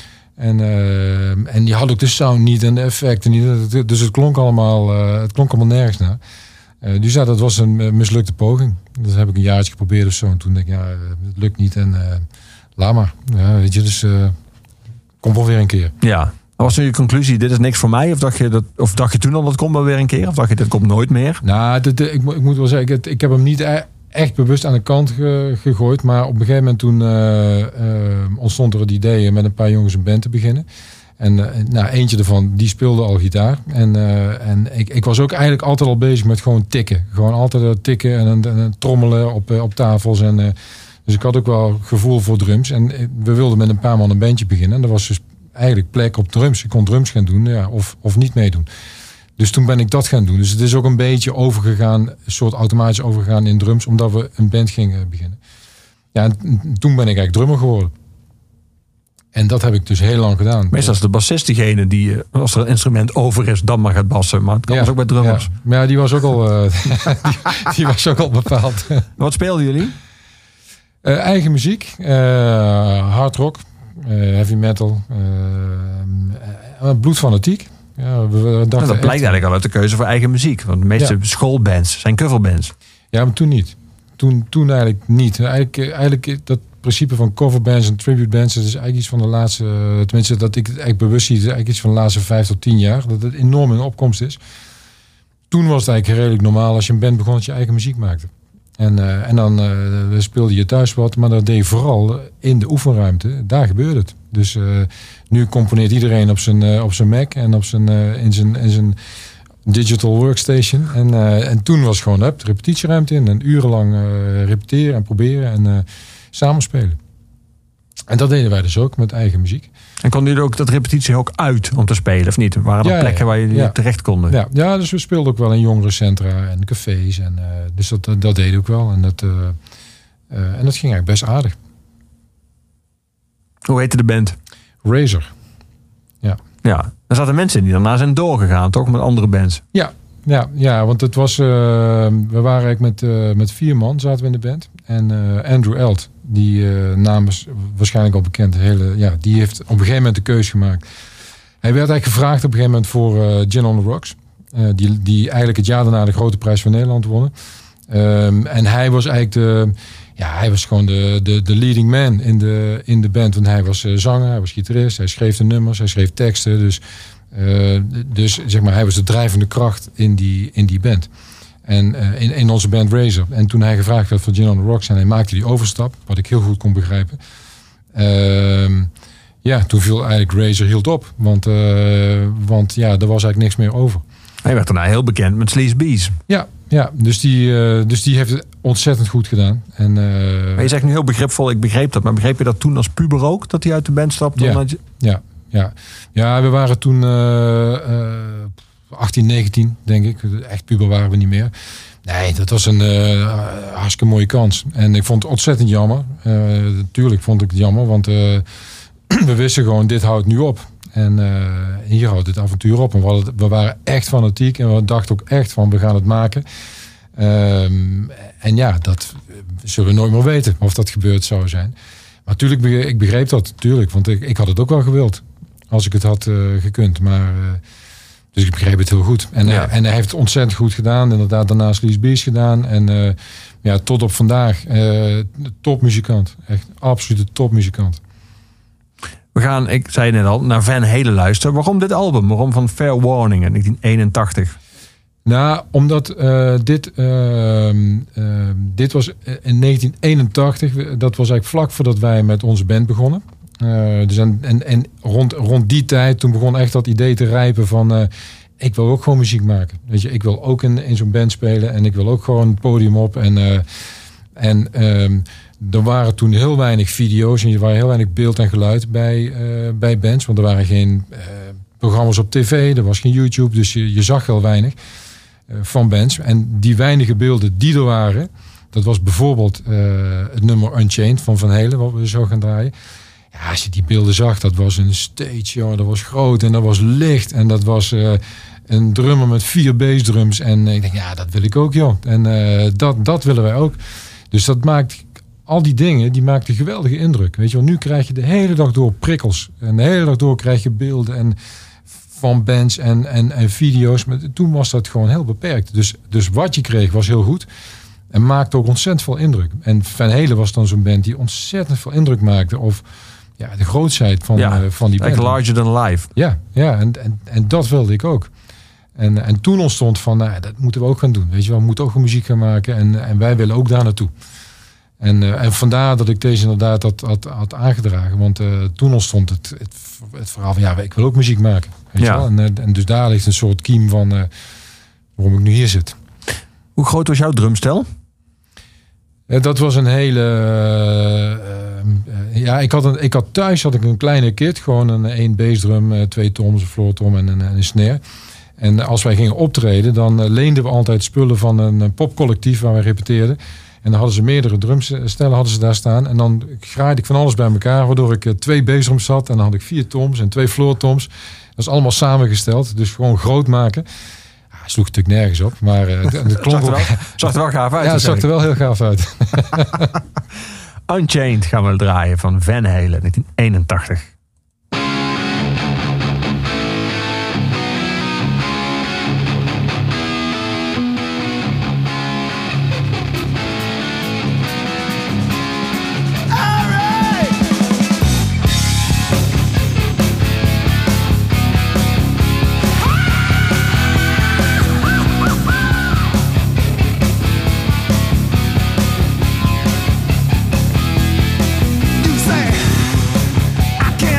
En je had ook de sound niet en de effecten niet. Dus het klonk allemaal nergens naar. Dus ja, dat was een mislukte poging. Dat heb ik een jaartje geprobeerd of zo. En toen denk ik, het lukt niet en laat maar. Ja, weet je, dus kom wel weer een keer. Ja. Was nu je conclusie, dit is niks voor mij? Of dacht je toen al, dat komt wel weer een keer? Of dacht je, dit komt nooit meer? Nou, ik moet wel zeggen, ik heb hem niet echt bewust aan de kant gegooid. Maar op een gegeven moment toen ontstond er het idee met een paar jongens een band te beginnen. En eentje ervan, die speelde al gitaar. En ik was ook eigenlijk altijd al bezig met gewoon tikken. Gewoon altijd tikken en trommelen op tafels. Dus ik had ook wel gevoel voor drums. En we wilden met een paar man een bandje beginnen. En dat was dus eigenlijk plek op drums. Ik kon drums gaan doen, of niet meedoen. Dus toen ben ik dat gaan doen. Dus het is ook een beetje overgegaan, een soort automatisch overgegaan in drums, omdat we een band gingen beginnen. Ja, en toen ben ik eigenlijk drummer geworden. En dat heb ik dus heel lang gedaan. Meestal is de bassist diegene die, als er een instrument over is, dan mag het bassen. Maar het kan dus ook bij drummers. Ja. Maar die was ook al, die was ook al bepaald. Wat speelden jullie? Eigen muziek, hard rock, heavy metal, bloedfanatiek. Ja, dat blijkt eigenlijk al uit de keuze voor eigen muziek. Want de meeste schoolbands zijn coverbands. Ja, maar toen niet. Toen eigenlijk niet. Eigenlijk dat principe van coverbands en tributebands, dat is eigenlijk iets van de laatste, tenminste dat ik het eigenlijk bewust zie, is eigenlijk iets van de laatste 5 tot 10 jaar. Dat het enorm in opkomst is. Toen was het eigenlijk redelijk normaal als je een band begon dat je eigen muziek maakte. En dan speelde je thuis wat, maar dat deed je vooral in de oefenruimte. Daar gebeurde het. Dus nu componeert iedereen op zijn Mac en in zijn digital workstation. En toen was gewoon de repetitieruimte in. En urenlang repeteren en proberen en samenspelen. En dat deden wij dus ook met eigen muziek. En konden jullie ook dat repetitie ook uit om te spelen, of niet? Waren er plekken waar jullie terecht konden? Ja, dus we speelden ook wel in jongerencentra en cafés. Dus dat deden we ook wel. En dat ging eigenlijk best aardig. Hoe heette de band? Razor. Ja, er zaten mensen die daarna zijn doorgegaan, toch? Met andere bands. Ja, want het was, we waren eigenlijk met 4 man zaten we in de band. En Andrew Elt, die naam is waarschijnlijk al bekend. Die heeft op een gegeven moment de keus gemaakt. Hij werd eigenlijk gevraagd op een gegeven moment voor Gin on the Rocks. Die eigenlijk het jaar daarna de Grote Prijs van Nederland wonnen. En hij was eigenlijk hij was gewoon de leading man in de band. Want hij was zanger, hij was gitarist, hij schreef de nummers, hij schreef teksten. Dus zeg maar, hij was de drijvende kracht in die band. En in onze band Razor. En toen hij gevraagd werd voor Gin on the Rocks en hij maakte die overstap, wat ik heel goed kon begrijpen. Toen viel eigenlijk Razor hield op. Want er was eigenlijk niks meer over. Hij werd daarna heel bekend met Sleaze Bees. Ja, dus die heeft het ontzettend goed gedaan. Maar je zegt nu heel begripvol, ik begreep dat. Maar begreep je dat toen als puber ook, dat hij uit de band stapte? Ja, we waren toen 18, 19, denk ik. Echt puber waren we niet meer. Nee, dat was een hartstikke mooie kans. En ik vond het ontzettend jammer. Natuurlijk vond ik het jammer, want we wisten gewoon, dit houdt nu op. En hier houdt het avontuur op. En we waren echt fanatiek en we dachten ook echt van, we gaan het maken. Dat zullen we nooit meer weten of dat gebeurd zou zijn. Maar natuurlijk, ik begreep dat natuurlijk, want ik had het ook wel gewild. Als ik het had gekund. Dus ik begreep het heel goed. En hij heeft het ontzettend goed gedaan. Inderdaad, daarna Sleaze Bees gedaan. En tot op vandaag topmuzikant. Echt absolute topmuzikant. We gaan, ik zei net al, naar Van Halen luisteren. Waarom dit album? Waarom van Fair Warning in 1981? Nou, omdat dit was in 1981. Dat was eigenlijk vlak voordat wij met onze band begonnen. Dus rond die tijd, toen begon echt dat idee te rijpen van... ik wil ook gewoon muziek maken. Weet je, ik wil ook in zo'n band spelen. En ik wil ook gewoon het podium op. Er waren toen heel weinig video's en er waren heel weinig beeld en geluid bij bands. Want er waren geen programma's op tv, er was geen YouTube. Dus je zag heel weinig van bands. En die weinige beelden die er waren, dat was bijvoorbeeld het nummer Unchained van Van Halen, wat we zo gaan draaien. Ja, als je die beelden zag, dat was een stage, joh, dat was groot en dat was licht. En dat was een drummer met 4 bassdrums. En ik denk, ja, dat wil ik ook, joh. En dat willen wij ook. Dus dat maakt... Al die dingen, die maakten een geweldige indruk. Weet je wel, nu krijg je de hele dag door prikkels. En de hele dag door krijg je beelden van bands en video's. Maar toen was dat gewoon heel beperkt. Dus wat je kreeg was heel goed. En maakte ook ontzettend veel indruk. En Van Halen was dan zo'n band die ontzettend veel indruk maakte. Of de grootsheid van die band. Like larger than life. Ja, en dat wilde ik ook. En toen ontstond van, dat moeten we ook gaan doen. Weet je wel, we moeten ook muziek gaan maken. En wij willen ook daar naartoe. En vandaar dat ik deze inderdaad had aangedragen. Want toen ontstond het verhaal van... ik wil ook muziek maken. Weet je wel? En dus daar ligt een soort kiem van... waarom ik nu hier zit. Hoe groot was jouw drumstel? Dat was een hele... ik had thuis een kleine kit. Gewoon een 1 bassdrum, 2 toms, een floor tom en een snare. En als wij gingen optreden... dan leenden we altijd spullen van een popcollectief waar we repeteerden. En dan hadden ze meerdere drumstellen daar staan. En dan graaide ik van alles bij elkaar. Waardoor ik 2 bassdrums had. En dan had ik 4 toms en 2 floor toms. Dat is allemaal samengesteld. Dus gewoon groot maken. Sloeg natuurlijk nergens op. Maar het klonk zag er wel gaaf uit. Ja, het zag er wel heel gaaf uit. Unchained gaan we draaien van Van Halen 1981. I can't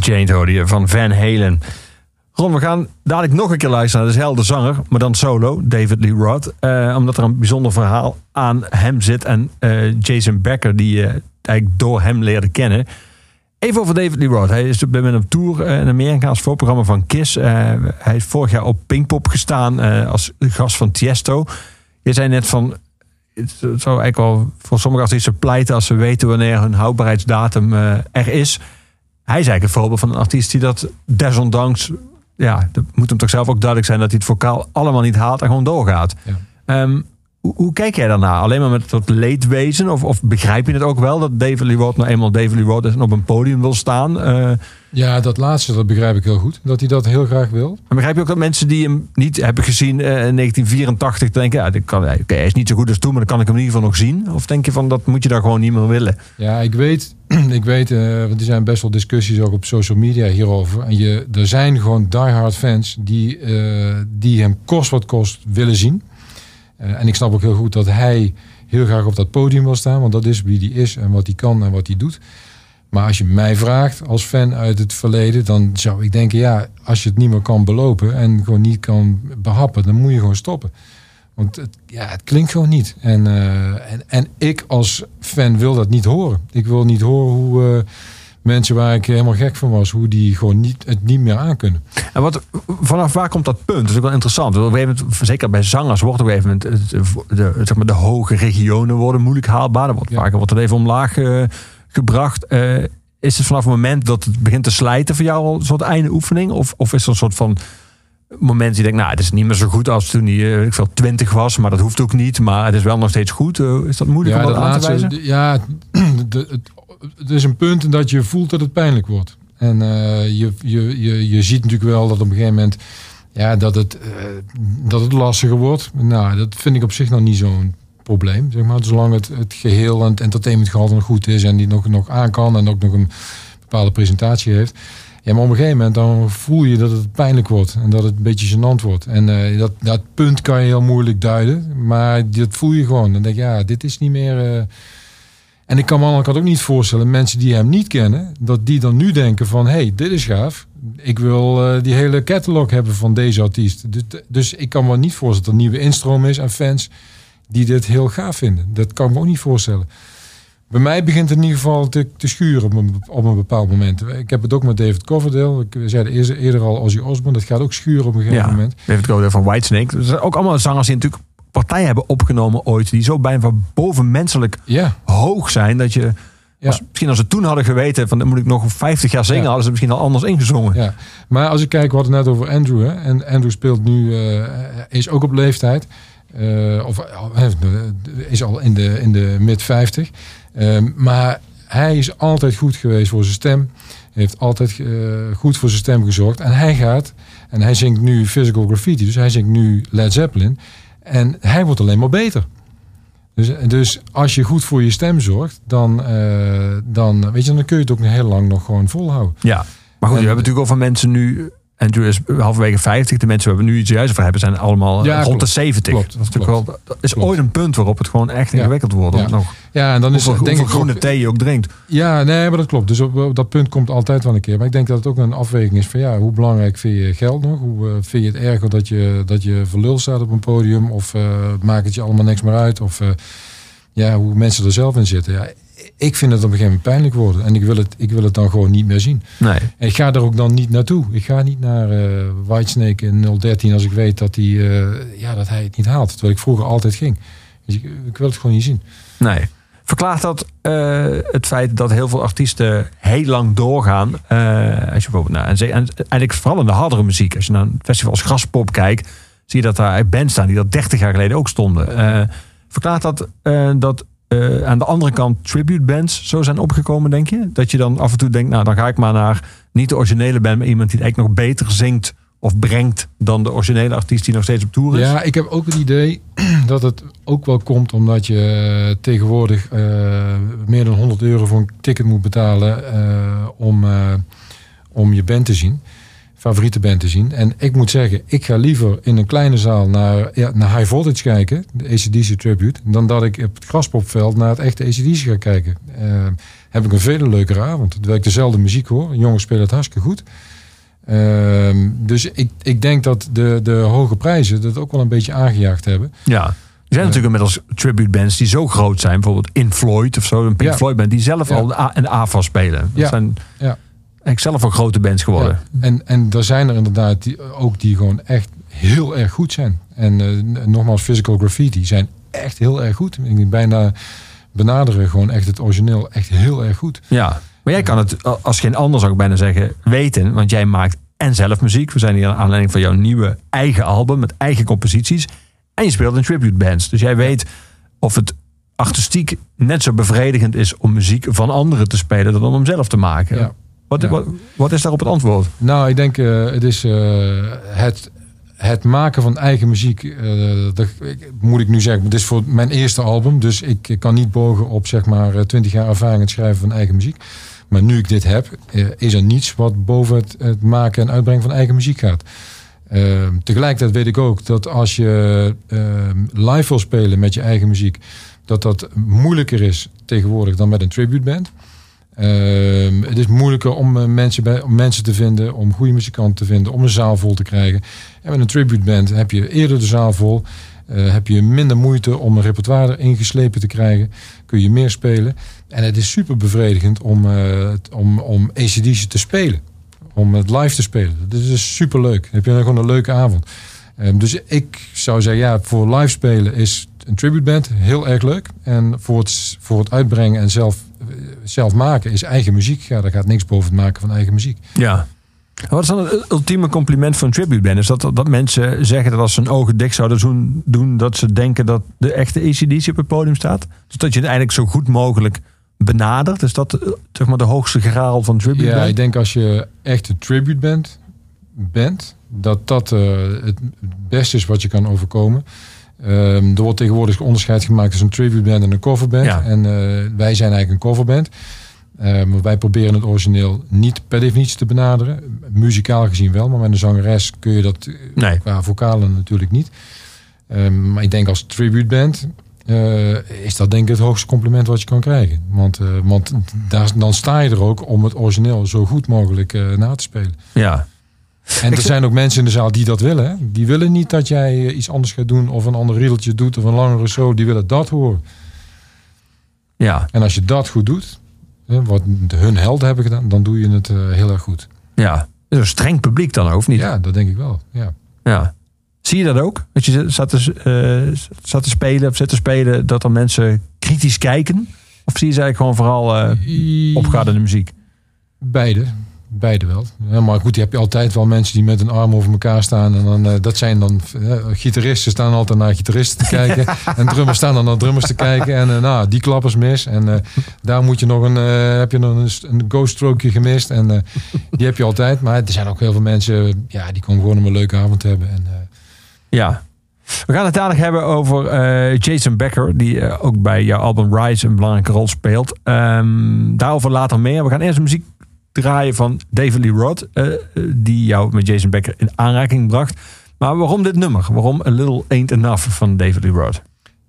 Unchained hoorde je van Van Halen. Ron, we gaan dadelijk nog een keer luisteren naar dezelfde zanger, maar dan solo, David Lee Roth. Omdat er een bijzonder verhaal aan hem zit en Jason Becker, die eigenlijk door hem leerde kennen. Even over David Lee Roth. Hij is op dit moment op tour in Amerika als voorprogramma van KISS. Hij heeft vorig jaar op Pinkpop gestaan als gast van Tiesto. Je zei net van, het zou eigenlijk wel voor sommige artiesten pleiten als ze weten wanneer hun houdbaarheidsdatum er is. Hij is eigenlijk een voorbeeld van een artiest die dat desondanks, ja, dat moet hem toch zelf ook duidelijk zijn dat hij het vocaal allemaal niet haalt en gewoon doorgaat. Ja. Hoe kijk jij daarna? Alleen maar met dat leedwezen? Of begrijp je het ook wel dat David Lee Roth nou eenmaal David Lee Roth is en op een podium wil staan? Ja, dat laatste, dat begrijp ik heel goed. Dat hij dat heel graag wil. En begrijp je ook dat mensen die hem niet hebben gezien in 1984 denken, ja, hij is niet zo goed als toen, maar dan kan ik hem in ieder geval nog zien? Of denk je van, dat moet je daar gewoon niet meer willen? Ja, ik weet, want er zijn best wel discussies ook op social media hierover. En er zijn gewoon diehard fans die hem kost wat kost willen zien. En ik snap ook heel goed dat hij heel graag op dat podium wil staan. Want dat is wie hij is en wat hij kan en wat hij doet. Maar als je mij vraagt als fan uit het verleden, dan zou ik denken, ja, als je het niet meer kan belopen en gewoon niet kan behappen, dan moet je gewoon stoppen. Want het klinkt gewoon niet. En ik als fan wil dat niet horen. Ik wil niet horen hoe mensen waar ik helemaal gek van was, hoe die gewoon het niet meer aankunnen. En vanaf waar komt dat punt? Dat is ook wel interessant. Op een gegeven moment, zeker bij zangers wordt op een gegeven moment de hoge regionen worden moeilijk haalbaar. Er wordt vaker het even omlaag gebracht. Is het vanaf het moment dat het begint te slijten voor jou al een soort einde oefening? Of is er een soort van moment die je denkt, nou, het is niet meer zo goed als toen hij 20 was, maar dat hoeft ook niet. Maar het is wel nog steeds goed. Is dat moeilijk om dat aan te wijzen? Ja, het is een punt dat je voelt dat het pijnlijk wordt. En je ziet natuurlijk wel dat op een gegeven moment, ja, dat het lastiger wordt. Nou, dat vind ik op zich nog niet zo'n probleem, zeg maar. Zolang het geheel en het entertainmentgehalte nog goed is en die nog aan kan en ook nog een bepaalde presentatie heeft. Ja, maar op een gegeven moment dan voel je dat het pijnlijk wordt en dat het een beetje gênant wordt. En dat punt kan je heel moeilijk duiden, maar dat voel je gewoon. Dan denk je, ja, dit is niet meer. En ik kan me aan de andere kant ook niet voorstellen, mensen die hem niet kennen, dat die dan nu denken van, hey, dit is gaaf. Ik wil die hele catalog hebben van deze artiest. Dus ik kan me niet voorstellen dat er nieuwe instroom is aan fans die dit heel gaaf vinden. Dat kan ik me ook niet voorstellen. Bij mij begint het in ieder geval te schuren op een bepaald moment. Ik heb het ook met David Coverdale. Ik zei eerder al Ozzy Osbourne. Dat gaat ook schuren op een gegeven moment. David Coverdale van Whitesnake. Er zijn ook allemaal zangers die natuurlijk partijen hebben opgenomen ooit. Die zo bijna bovenmenselijk hoog zijn. Dat je, misschien als ze toen hadden geweten, van dan moet ik nog 50 jaar zingen, hadden ze misschien al anders ingezongen. Ja. Maar als ik kijk, we hadden het net over Andrew. Hè? En Andrew speelt nu, is ook op leeftijd. Is al in de mid-50. Maar hij is altijd goed geweest voor zijn stem. Heeft altijd goed voor zijn stem gezorgd. En hij zingt nu Physical Graffiti. Dus hij zingt nu Led Zeppelin. En hij wordt alleen maar beter. Dus als je goed voor je stem zorgt, dan kun je het ook heel lang nog gewoon volhouden. Ja, maar goed, we hebben natuurlijk al van mensen nu. Andrew is halverwege 50. De mensen waar we nu iets juist over hebben zijn allemaal rond de 70. Dat is ooit een punt waarop het gewoon echt ingewikkeld wordt. En dan is denk ik groene thee je ook drinkt. Ja, nee, maar dat klopt. Dus op dat punt komt altijd wel een keer. Maar ik denk dat het ook een afweging is van hoe belangrijk vind je geld nog? Hoe vind je het erger dat je voor lul staat op een podium? Of maakt het je allemaal niks meer uit? Of hoe mensen er zelf in zitten. Ja, ik vind het op een gegeven moment pijnlijk worden. En ik wil het dan gewoon niet meer zien. Nee. En ik ga er ook dan niet naartoe. Ik ga niet naar Whitesnake in 013 als ik weet dat hij het niet haalt. Terwijl ik vroeger altijd ging. Dus ik wil het gewoon niet zien. Nee. Verklaart dat het feit dat heel veel artiesten heel lang doorgaan? Als je bijvoorbeeld en eigenlijk vooral in de hardere muziek. Als je naar een festival als Graspop kijkt, zie je dat daar bands staan die dat 30 jaar geleden ook stonden. Verklaart dat aan de andere kant tribute bands zo zijn opgekomen, denk je? Dat je dan af en toe denkt, nou, dan ga ik maar naar niet de originele band, maar iemand die het eigenlijk nog beter zingt of brengt dan de originele artiest die nog steeds op tour is? Ja, ik heb ook het idee dat het ook wel komt omdat je tegenwoordig meer dan €100 voor een ticket moet betalen om je band te zien. favoriete band te zien. En ik moet zeggen, ik ga liever in een kleine zaal naar High Voltage kijken, de AC/DC Tribute, dan dat ik op het Graspopveld naar het echte AC/DC ga kijken. Heb ik een veel leukere avond. Terwijl ik dezelfde muziek hoor. Jongens spelen het hartstikke goed. Dus ik denk dat de hoge prijzen dat ook wel een beetje aangejaagd hebben. Ja. Er zijn natuurlijk inmiddels tribute bands die zo groot zijn. Bijvoorbeeld In Floyd of zo. Een Pink Floyd band. Die zelf al een AFAS spelen. Dat zijn eigenlijk zelf ook grote bands geworden. Ja. En er zijn er inderdaad die gewoon echt heel erg goed zijn. En nogmaals, Physical Graffiti zijn echt heel erg goed. Ik bijna benaderen gewoon echt het origineel echt heel erg goed. Ja, maar jij kan het als geen ander, zou ik bijna zeggen, weten. Want jij maakt en zelf muziek. We zijn hier aan aanleiding van jouw nieuwe eigen album met eigen composities. En je speelt in tribute bands. Dus jij weet of het artistiek net zo bevredigend is om muziek van anderen te spelen dan om hem zelf te maken. Ja. Wat is daarop het antwoord? Nou, ik denk het is het maken van eigen muziek. Dat moet ik nu zeggen. Het is voor mijn eerste album. Dus ik kan niet bogen op zeg maar 20 jaar ervaring het schrijven van eigen muziek. Maar nu ik dit heb, is er niets wat boven het maken en uitbrengen van eigen muziek gaat. Tegelijkertijd weet ik ook dat als je live wil spelen met je eigen muziek, dat moeilijker is tegenwoordig dan met een tribute band. Het is moeilijker om mensen te vinden, om goede muzikanten te vinden, om een zaal vol te krijgen. En met een tribute band heb je eerder de zaal vol, heb je minder moeite om een repertoire ingeslepen te krijgen, kun je meer spelen. En het is super bevredigend om AC/DC te spelen, om het live te spelen. Dat is super leuk. Dan heb je gewoon een leuke avond. Dus ik zou zeggen, voor live spelen is een tribute band heel erg leuk. En voor het uitbrengen en zelf maken is eigen muziek. Ja, daar gaat niks boven het maken van eigen muziek. Ja. Wat is dan het ultieme compliment van een tribute band? Is dat mensen zeggen dat als ze hun ogen dicht zouden doen, dat ze denken dat de echte AC/DC op het podium staat? Dus dat je het eigenlijk zo goed mogelijk benadert? Is dat zeg maar de hoogste graal van tribute band? Ja, ik denk als je echt een tribute band bent, dat het beste is wat je kan overkomen. Er wordt tegenwoordig onderscheid gemaakt tussen een tribute band en een coverband. Ja. En wij zijn eigenlijk een coverband. Maar wij proberen het origineel niet per definitie te benaderen. Muzikaal gezien wel, maar met een zangeres kun je dat qua vocalen natuurlijk niet. Maar ik denk als tribute band is dat denk ik het hoogste compliment wat je kan krijgen. Want dan sta je er ook om het origineel zo goed mogelijk na te spelen. Ja. En er zijn ook mensen in de zaal die dat willen. Hè? Die willen niet dat jij iets anders gaat doen of een ander riedeltje doet of een langere show. Die willen dat horen. Ja. En als je dat goed doet, wat hun helden hebben gedaan, dan doe je het heel erg goed. Ja. Is een streng publiek dan ook, of niet? Ja, dat denk ik wel. Ja. Zie je dat ook? Dat je zat te spelen of zit te spelen, dat er mensen kritisch kijken? Of zie je ze eigenlijk gewoon vooral opgaan in de muziek? Beide wel. Ja, maar goed, je hebt altijd wel mensen die met een arm over elkaar staan. En dan, dat zijn dan gitaristen staan altijd naar gitaristen te kijken. En drummers staan dan naar drummers te kijken. En die klappers mis. En daar moet je nog heb je nog een ghost strokeje gemist. En die heb je altijd. Maar er zijn ook heel veel mensen die komen gewoon om een leuke avond te hebben. En, ja. We gaan het dadelijk hebben over Jason Becker, die ook bij jouw album Rise een belangrijke rol speelt. Daarover later meer. We gaan eerst muziek draaien van David Lee Roth, die jou met Jason Becker in aanraking bracht. Maar waarom dit nummer? Waarom A Little Ain't Enough van David Lee Roth?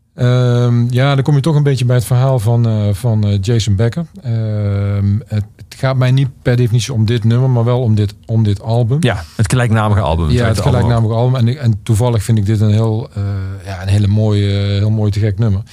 Dan kom je toch een beetje bij het verhaal van Jason Becker. Het gaat mij niet per definitie om dit nummer, maar wel om dit album. Ja, het gelijknamige album. Ja, het gelijknamige album. En toevallig vind ik dit een heel mooi te gek nummer.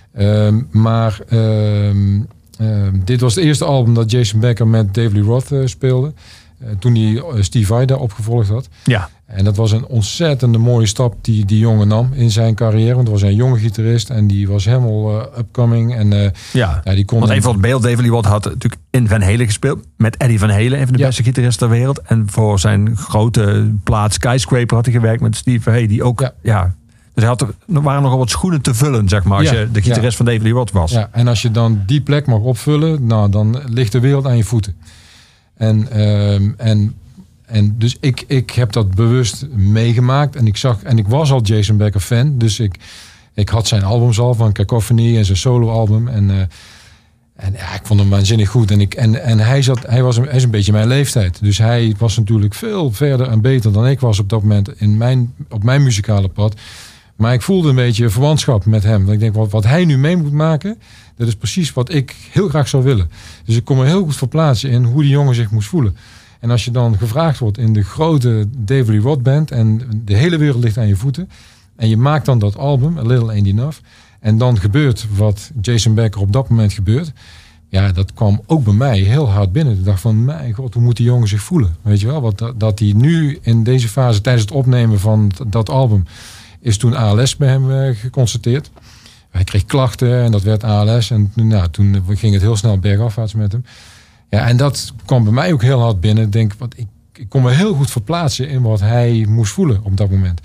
Dit was het eerste album dat Jason Becker met David Lee Roth speelde. Toen hij Steve Vai daar opgevolgd had. Ja. En dat was een ontzettende mooie stap die die jongen nam in zijn carrière. Want hij was een jonge gitarist en die was helemaal upcoming. En, die kon want even voor het beeld, David Lee Roth had natuurlijk in Van Halen gespeeld. Met Eddie Van Halen, een van de beste gitaristen ter wereld. En voor zijn grote plaat Skyscraper had hij gewerkt met Steve Vai. Die ook, dus er waren nogal wat schoenen te vullen, zeg maar, als je de gitarist van David Lee Roth was. Ja, en als je dan die plek mag opvullen, dan ligt de wereld aan je voeten. En dus ik heb dat bewust meegemaakt. En ik was al Jason Becker fan. Dus ik had zijn albums al van Cacophony en zijn soloalbum. En ja, ik vond hem waanzinnig goed. En hij is een beetje mijn leeftijd. Dus hij was natuurlijk veel verder en beter dan ik was op dat moment op mijn muzikale pad. Maar ik voelde een beetje verwantschap met hem. Dat ik denk, wat hij nu mee moet maken, dat is precies wat ik heel graag zou willen. Dus ik kon me heel goed verplaatsen in hoe die jongen zich moest voelen. En als je dan gevraagd wordt in de grote David Lee Roth band en de hele wereld ligt aan je voeten en je maakt dan dat album, A Little Ain't Enough, en dan gebeurt wat Jason Becker op dat moment gebeurt. Ja, dat kwam ook bij mij heel hard binnen. Ik dacht van, mijn god, hoe moet die jongen zich voelen? Weet je wel, dat hij nu in deze fase, tijdens het opnemen van dat album, is toen ALS bij hem geconstateerd. Hij kreeg klachten en dat werd ALS. En toen ging het heel snel bergafwaarts met hem. Ja, en dat kwam bij mij ook heel hard binnen. Ik kon me heel goed verplaatsen in wat hij moest voelen op dat moment.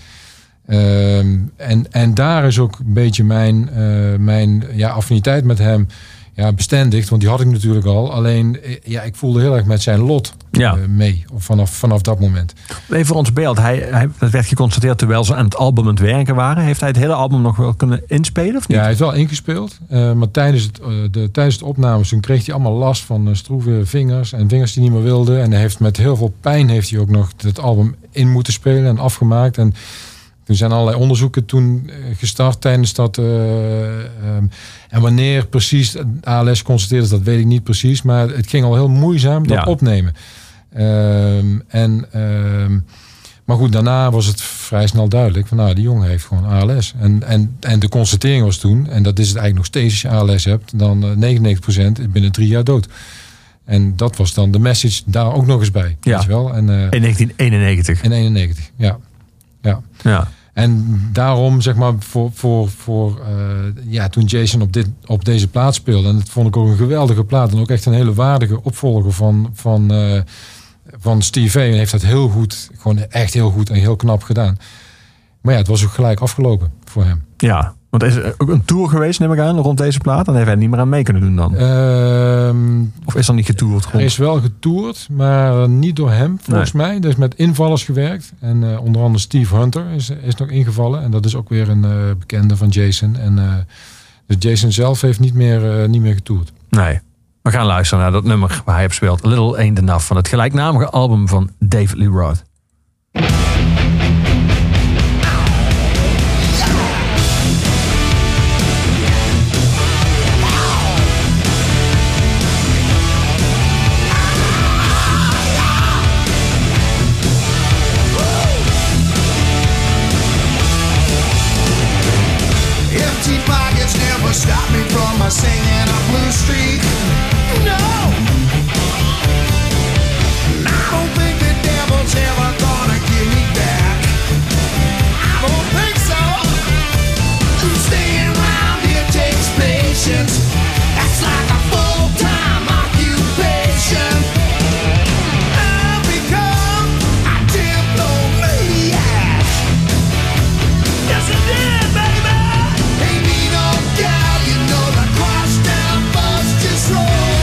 En daar is ook een beetje mijn affiniteit met hem bestendigd. Want die had ik natuurlijk al. Alleen, ik voelde heel erg met zijn lot mee. Vanaf dat moment. Even voor ons beeld. Dat werd geconstateerd terwijl ze aan het album aan het werken waren. Heeft hij het hele album nog wel kunnen inspelen of niet? Ja, hij heeft wel ingespeeld. Maar tijdens het opnames toen kreeg hij allemaal last van stroeve vingers. En vingers die niet meer wilden. En hij heeft met heel veel pijn heeft hij ook nog het album in moeten spelen en afgemaakt. En toen zijn allerlei onderzoeken gestart tijdens dat. En wanneer precies ALS constateerde, dat weet ik niet precies. Maar het ging al heel moeizaam dat opnemen. Maar goed, daarna was het vrij snel duidelijk van die jongen heeft gewoon ALS. En de constatering was toen, en dat is het eigenlijk nog steeds als je ALS hebt, dan 99% binnen 3 jaar dood. En dat was dan de message daar ook nog eens bij. Ja. Weet je wel? En, in 1991. In 91, ja. En daarom, zeg maar, toen Jason op deze plaat speelde, en dat vond ik ook een geweldige plaat en ook echt een hele waardige opvolger van Steve Vai, en heeft dat heel goed, gewoon echt heel goed en heel knap gedaan. Maar het was ook gelijk afgelopen voor hem. Ja, want er is ook een tour geweest, neem ik aan, rond deze plaat. Dan heeft hij niet meer aan mee kunnen doen dan. Of is er niet getoerd? Er is wel getoerd, maar niet door hem, volgens mij. Er is met invallers gewerkt. En onder andere Steve Hunter is nog ingevallen. En dat is ook weer een bekende van Jason. En dus Jason zelf heeft niet meer getoerd. Nee. We gaan luisteren naar dat nummer waar hij op speelt. A Little Ain't Enough van het gelijknamige album van David Lee Roth. Stop me from my singing on Blue Street. No, I don't think the devil's ever gonna give me back. I don't think so. Staying around here takes patience. That's like a full-time occupation. I've become a diplomat. Yes, I did, baby. Hey, me no doubt. You know the crosstown bus just rolled.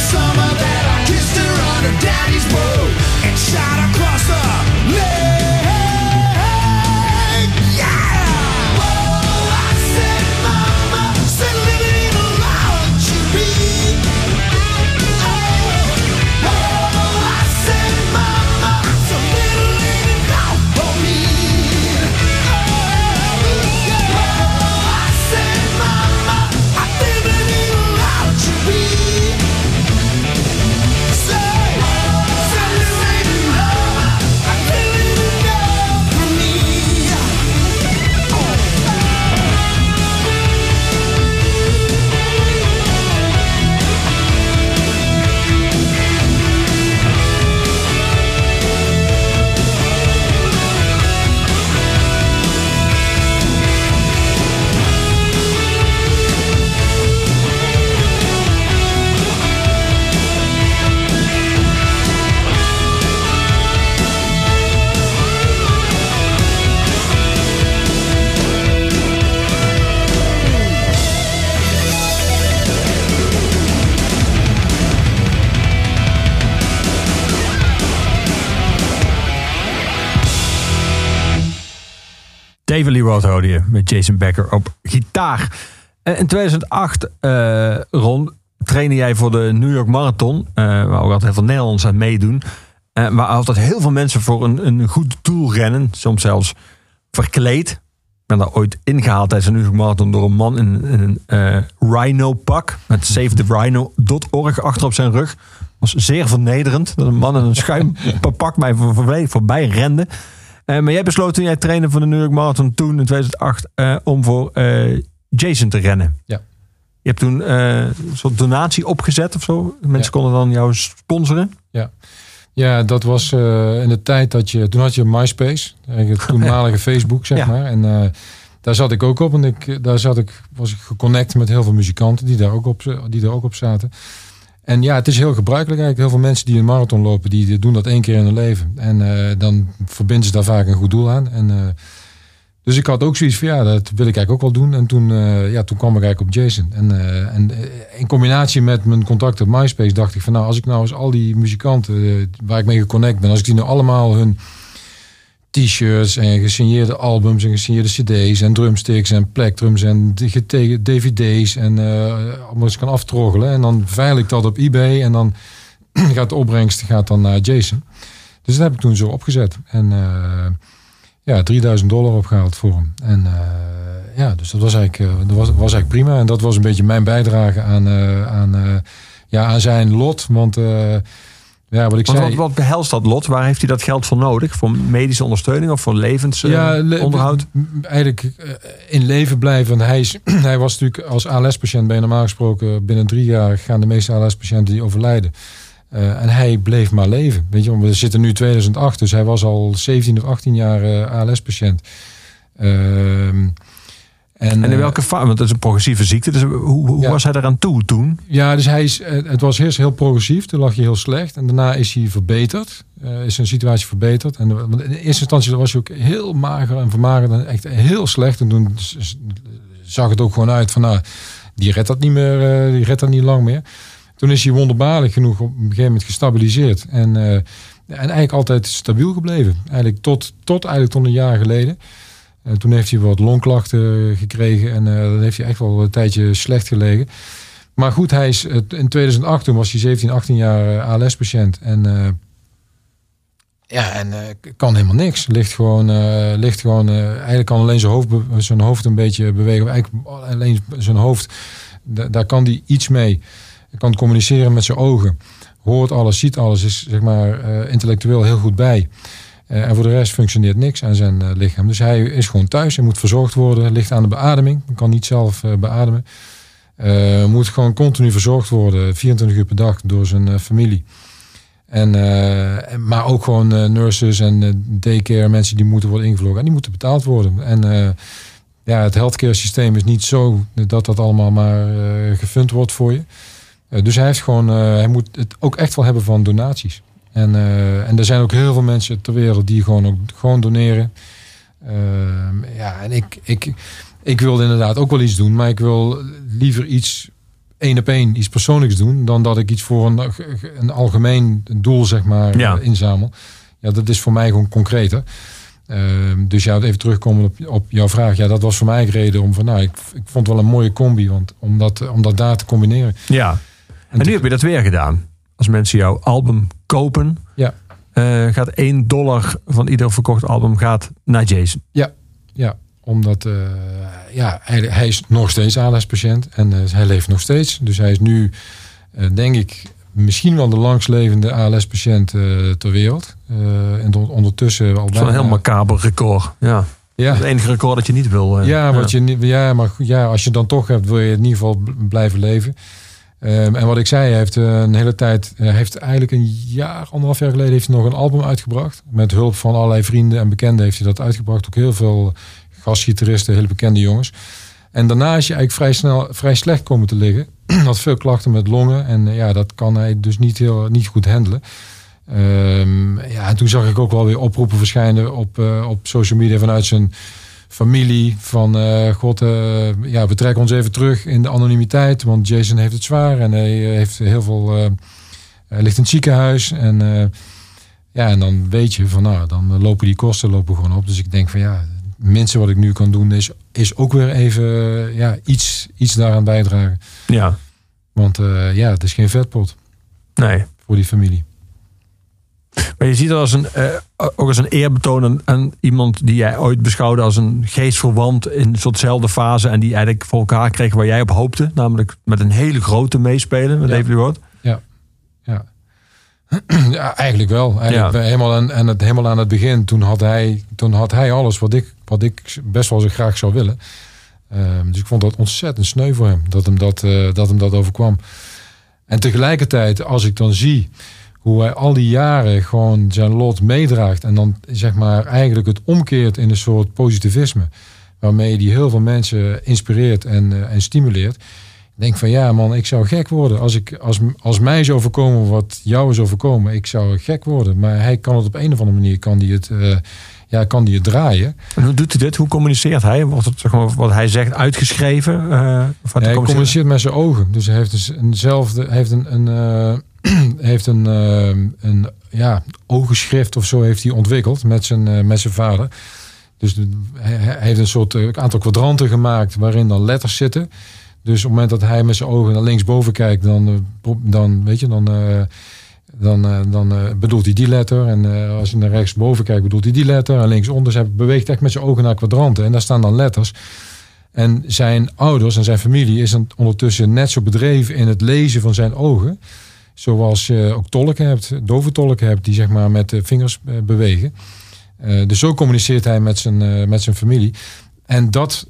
summer that I kissed her on her daddy's boat and shot across the lake. Yeah! Whoa, I said, Mama, said living in a luxury. Oh, I said, Mama, so little ain't enough for me. Oh, I said, Mama, I'm living in a luxury. Say, little ain't enough, I'm living enough for me. David Lee Roth hoorde je met Jason Becker op gitaar. In 2008, Ron, trainde jij voor de New York Marathon. Waar ook altijd heel veel Nederlanders aan meedoen. Waar altijd heel veel mensen voor een goed doel rennen. Soms zelfs verkleed. Ik ben daar ooit ingehaald tijdens de New York Marathon door een man in een Rhino-pak. Met SaveTheRhino.org achter op zijn rug. Was zeer vernederend. Dat een man in een schuimpak mij voorbij rende. Maar jij besloot toen jij trainde voor de New York Marathon toen in 2008 om voor Jason te rennen. Ja. Je hebt toen een soort donatie opgezet of zo. Mensen konden dan jou sponsoren. Ja, dat was in de tijd dat toen had je MySpace. Het toenmalige Facebook, zeg maar. En daar zat ik ook op. En was ik geconnect met heel veel muzikanten die daar ook op zaten. En ja, het is heel gebruikelijk eigenlijk. Heel veel mensen die een marathon lopen, die doen dat 1 keer in hun leven. En dan verbinden ze daar vaak een goed doel aan. En, dus ik had ook zoiets van, ja, dat wil ik eigenlijk ook wel doen. En toen kwam ik eigenlijk op Jason. En in combinatie met mijn contact op MySpace dacht ik van, nou, als ik nou eens al die muzikanten waar ik mee geconnect ben, als ik die nou allemaal hun t-shirts en gesigneerde albums en gesigneerde cd's en drumsticks en plectrums en dvd's en allemaal eens kan aftroggelen. En dan veil ik dat op eBay en dan gaat de opbrengst dan naar Jason. Dus dat heb ik toen zo opgezet. En $3,000 opgehaald voor hem. En dus dat was eigenlijk prima. En dat was een beetje mijn bijdrage aan zijn lot. Want wat behelst dat lot? Waar heeft hij dat geld voor nodig? Voor medische ondersteuning of voor levensonderhoud? Eigenlijk in leven blijven. Hij was natuurlijk als ALS-patiënt, ben je normaal gesproken binnen 3 jaar gaan de meeste ALS-patiënten die overlijden. En hij bleef maar leven. Weet je, we zitten nu 2008, dus hij was al 17 of 18 jaar ALS-patiënt. En in welke fase? Want dat is een progressieve ziekte. Dus hoe was hij eraan toe toen? Ja, dus het was eerst heel progressief. Toen lag hij heel slecht. En daarna is hij verbeterd. Is zijn situatie verbeterd. En in eerste instantie was hij ook heel mager en vermagerd. En echt heel slecht. En toen zag het ook gewoon uit van, nou, die redt dat niet meer. Die redt dat niet lang meer. Toen is hij wonderbaarlijk genoeg op een gegeven moment gestabiliseerd. En eigenlijk altijd stabiel gebleven. Eigenlijk tot een jaar geleden. Toen heeft hij wat longklachten gekregen. En dan heeft hij echt wel een tijdje slecht gelegen. Maar goed, hij is in 2008, toen was hij 17, 18 jaar ALS-patiënt. En kan helemaal niks. Ligt gewoon eigenlijk kan alleen zijn hoofd een beetje bewegen. Eigenlijk alleen zijn hoofd, daar kan hij iets mee. Hij kan communiceren met zijn ogen. Hoort alles, ziet alles. Is zeg maar intellectueel heel goed bij. En voor de rest functioneert niks aan zijn lichaam. Dus hij is gewoon thuis. Hij moet verzorgd worden. Ligt aan de beademing. Hij kan niet zelf beademen. Moet gewoon continu verzorgd worden. 24 uur per dag door zijn familie. Maar ook gewoon nurses en daycare. Mensen die moeten worden ingevlogen. En die moeten betaald worden. En het healthcare systeem is niet zo dat allemaal maar gefund wordt voor je. Dus hij moet het ook echt wel hebben van donaties. En er zijn ook heel veel mensen ter wereld die gewoon doneren. En ik wil inderdaad ook wel iets doen, maar ik wil liever iets 1-op-1 iets persoonlijks doen, dan dat ik iets voor een algemeen doel, zeg maar, inzamel. Ja, dat is voor mij gewoon concreter. Dus ja, even terugkomen op jouw vraag. Ja, dat was voor mij de reden om ik vond het wel een mooie combi, want om dat daar te combineren. Ja. En nu heb je dat weer gedaan. Als mensen jouw album kopen, gaat $1 van ieder verkocht album gaat naar Jason. Ja, omdat hij is nog steeds ALS-patiënt en hij leeft nog steeds. Dus hij is nu, denk ik, misschien wel de langstlevende ALS-patiënt ter wereld. En ondertussen al dat is wel een heel macaber record. Ja. Dat is het enige record dat je niet wil. Als je dan toch hebt, wil je in ieder geval blijven leven. En wat ik zei, hij heeft een hele tijd, heeft eigenlijk anderhalf jaar geleden heeft hij nog een album uitgebracht. Met hulp van allerlei vrienden en bekenden heeft hij dat uitgebracht. Ook heel veel gastgitaristen, hele bekende jongens. En daarna is hij eigenlijk vrij slecht komen te liggen. Had veel klachten met longen. En dat kan hij dus niet goed handelen. En toen zag ik ook wel weer oproepen verschijnen op social media vanuit zijn familie. Van we trekken ons even terug in de anonimiteit. Want Jason heeft het zwaar. En hij heeft heel veel. Hij ligt in het ziekenhuis. En dan weet je van dan lopen die kosten gewoon op. Dus ik denk van minste wat ik nu kan doen is ook weer even iets daaraan bijdragen. Ja. Want het is geen vetpot. Nee. Voor die familie. Maar je ziet het ook als een eerbetoon aan iemand die jij ooit beschouwde als een geestverwant in een soortzelfde fase en die eigenlijk voor elkaar kreeg waar jij op hoopte. Namelijk met een hele grote meespelen met David Lee Roth. Ja. Ja, eigenlijk wel. Helemaal aan het begin, toen had hij alles wat ik best wel zo graag zou willen. Dus ik vond dat ontzettend sneu voor hem, dat hem dat overkwam. En tegelijkertijd, als ik dan zie hoe hij al die jaren gewoon zijn lot meedraagt en dan zeg maar eigenlijk het omkeert in een soort positivisme, waarmee hij heel veel mensen inspireert en stimuleert. Ik denk van man, ik zou gek worden als mij zou overkomen wat jou is overkomen. Ik zou gek worden. Maar hij kan het op een of andere manier kan die het draaien. En hoe doet hij dit? Hoe communiceert hij? Wordt het zeg maar, wat hij zegt uitgeschreven? Hij communiceert met zijn ogen. Dus hij heeft een ogenschrift of zo heeft hij ontwikkeld met zijn vader. Dus hij heeft een soort aantal kwadranten gemaakt waarin dan letters zitten. Dus op het moment dat hij met zijn ogen naar linksboven kijkt, dan bedoelt hij die letter. En als hij naar rechtsboven kijkt, bedoelt hij die letter. En linksonder, dus hij beweegt echt met zijn ogen naar kwadranten. En daar staan dan letters. En zijn ouders en zijn familie is ondertussen net zo bedreven in het lezen van zijn ogen. Zoals je ook tolken hebt, dove tolken hebt, die zeg maar met de vingers bewegen. Dus zo communiceert hij met zijn familie. En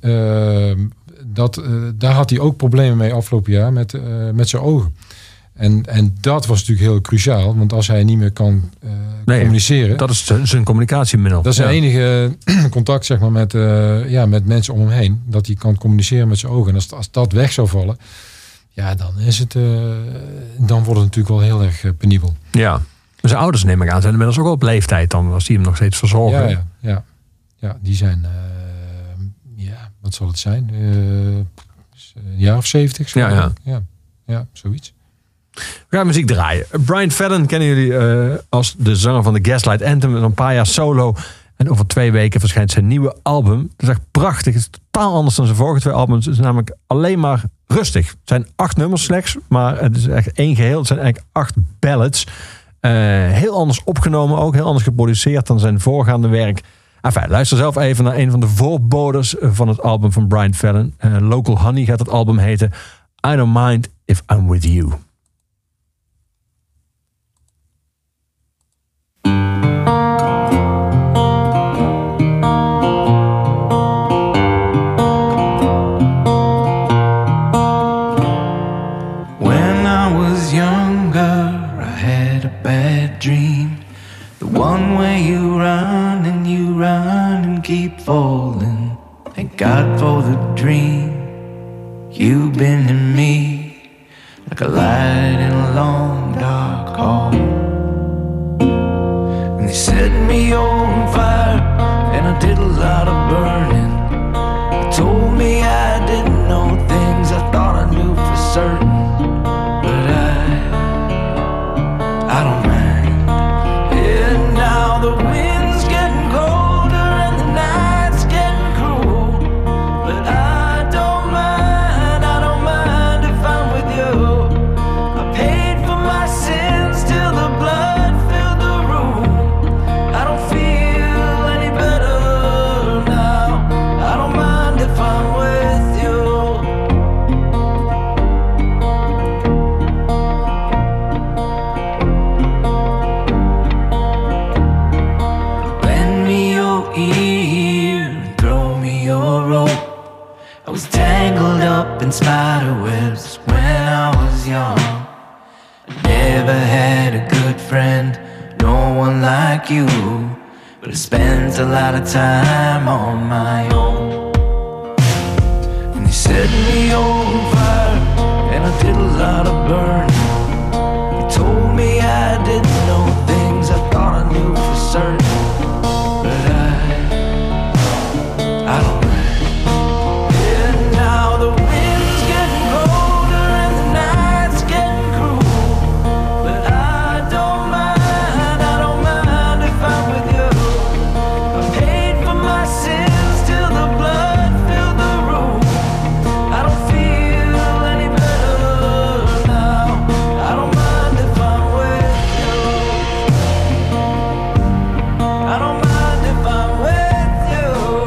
daar had hij ook problemen mee afgelopen jaar met zijn ogen. En dat was natuurlijk heel cruciaal. Want als hij niet meer kan communiceren. Dat is zijn communicatiemiddel. Dat is zijn enige contact zeg maar, met mensen om hem heen. Dat hij kan communiceren met zijn ogen. En als dat weg zou vallen. Ja, dan wordt het natuurlijk wel heel erg penibel. Ja. Zijn ouders neem ik aan zijn inmiddels ook wel op leeftijd. Dan als die hem nog steeds verzorgen. Ja, die zijn... wat zal het zijn? Een jaar of 70? Ja, zoiets. We gaan muziek draaien. Brian Fallon kennen jullie als de zanger van de Gaslight Anthem. Een paar jaar solo. En over 2 weken verschijnt zijn nieuwe album. Dat is echt prachtig. Het is totaal anders dan zijn vorige 2 albums. Het is namelijk alleen maar rustig. Het zijn 8 nummers slechts. Maar het is echt één geheel. Het zijn eigenlijk 8 ballads. Heel anders opgenomen ook. Heel anders geproduceerd dan zijn voorgaande werk. Enfin, luister zelf even naar een van de voorboders van het album van Brian Fallon. Local Honey gaat het album heten. I Don't Mind If I'm With You. When I was younger, I had a bad dream. The one where you run and keep falling. Thank God for the dream. You've been in me like a light in a long dark hall. And they set me on fire and I did a lot of burning. They told me I didn't know things I thought I knew for certain. never had a good friend, no one like you, but I spent a lot of time on my own. And you set me on fire, and I did a lot of burning. You told me I didn't know things I thought I knew for certain, but I don't mind. And now the wind's getting colder and the night's getting cruel, but I don't mind if I'm with you. I paid for my sins till the blood filled the room. I don't feel any better now. I don't mind if I'm with you. I don't mind if I'm with you.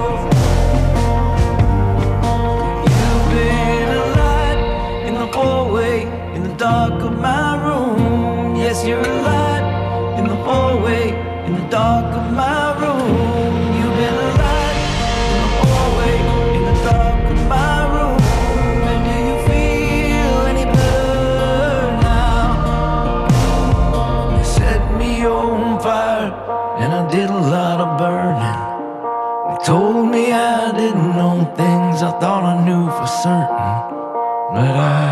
You've been a light in the hallway, in the dark of my room. Yes, you're a light in the hallway, in the dark of my room. You've been a light in the hallway, in the dark of my room. And do you feel any better now? You set me on fire, and I did a lot of burning. You told me I didn't know things I thought I knew for certain, but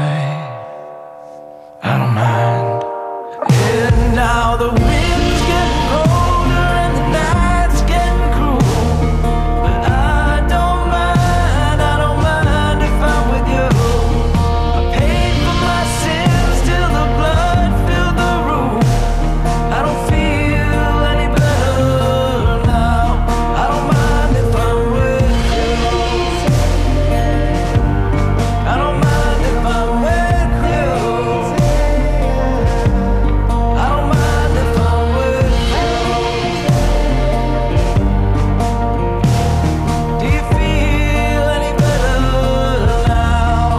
I don't mind. And now the wind's getting colder and the night's getting cruel, but I don't mind if I'm with you. I paid for my sins till the blood filled the room. I don't feel any better now. I don't mind if I'm with you. I don't mind if I'm with you. I don't mind if I'm with you. Do you feel any better now?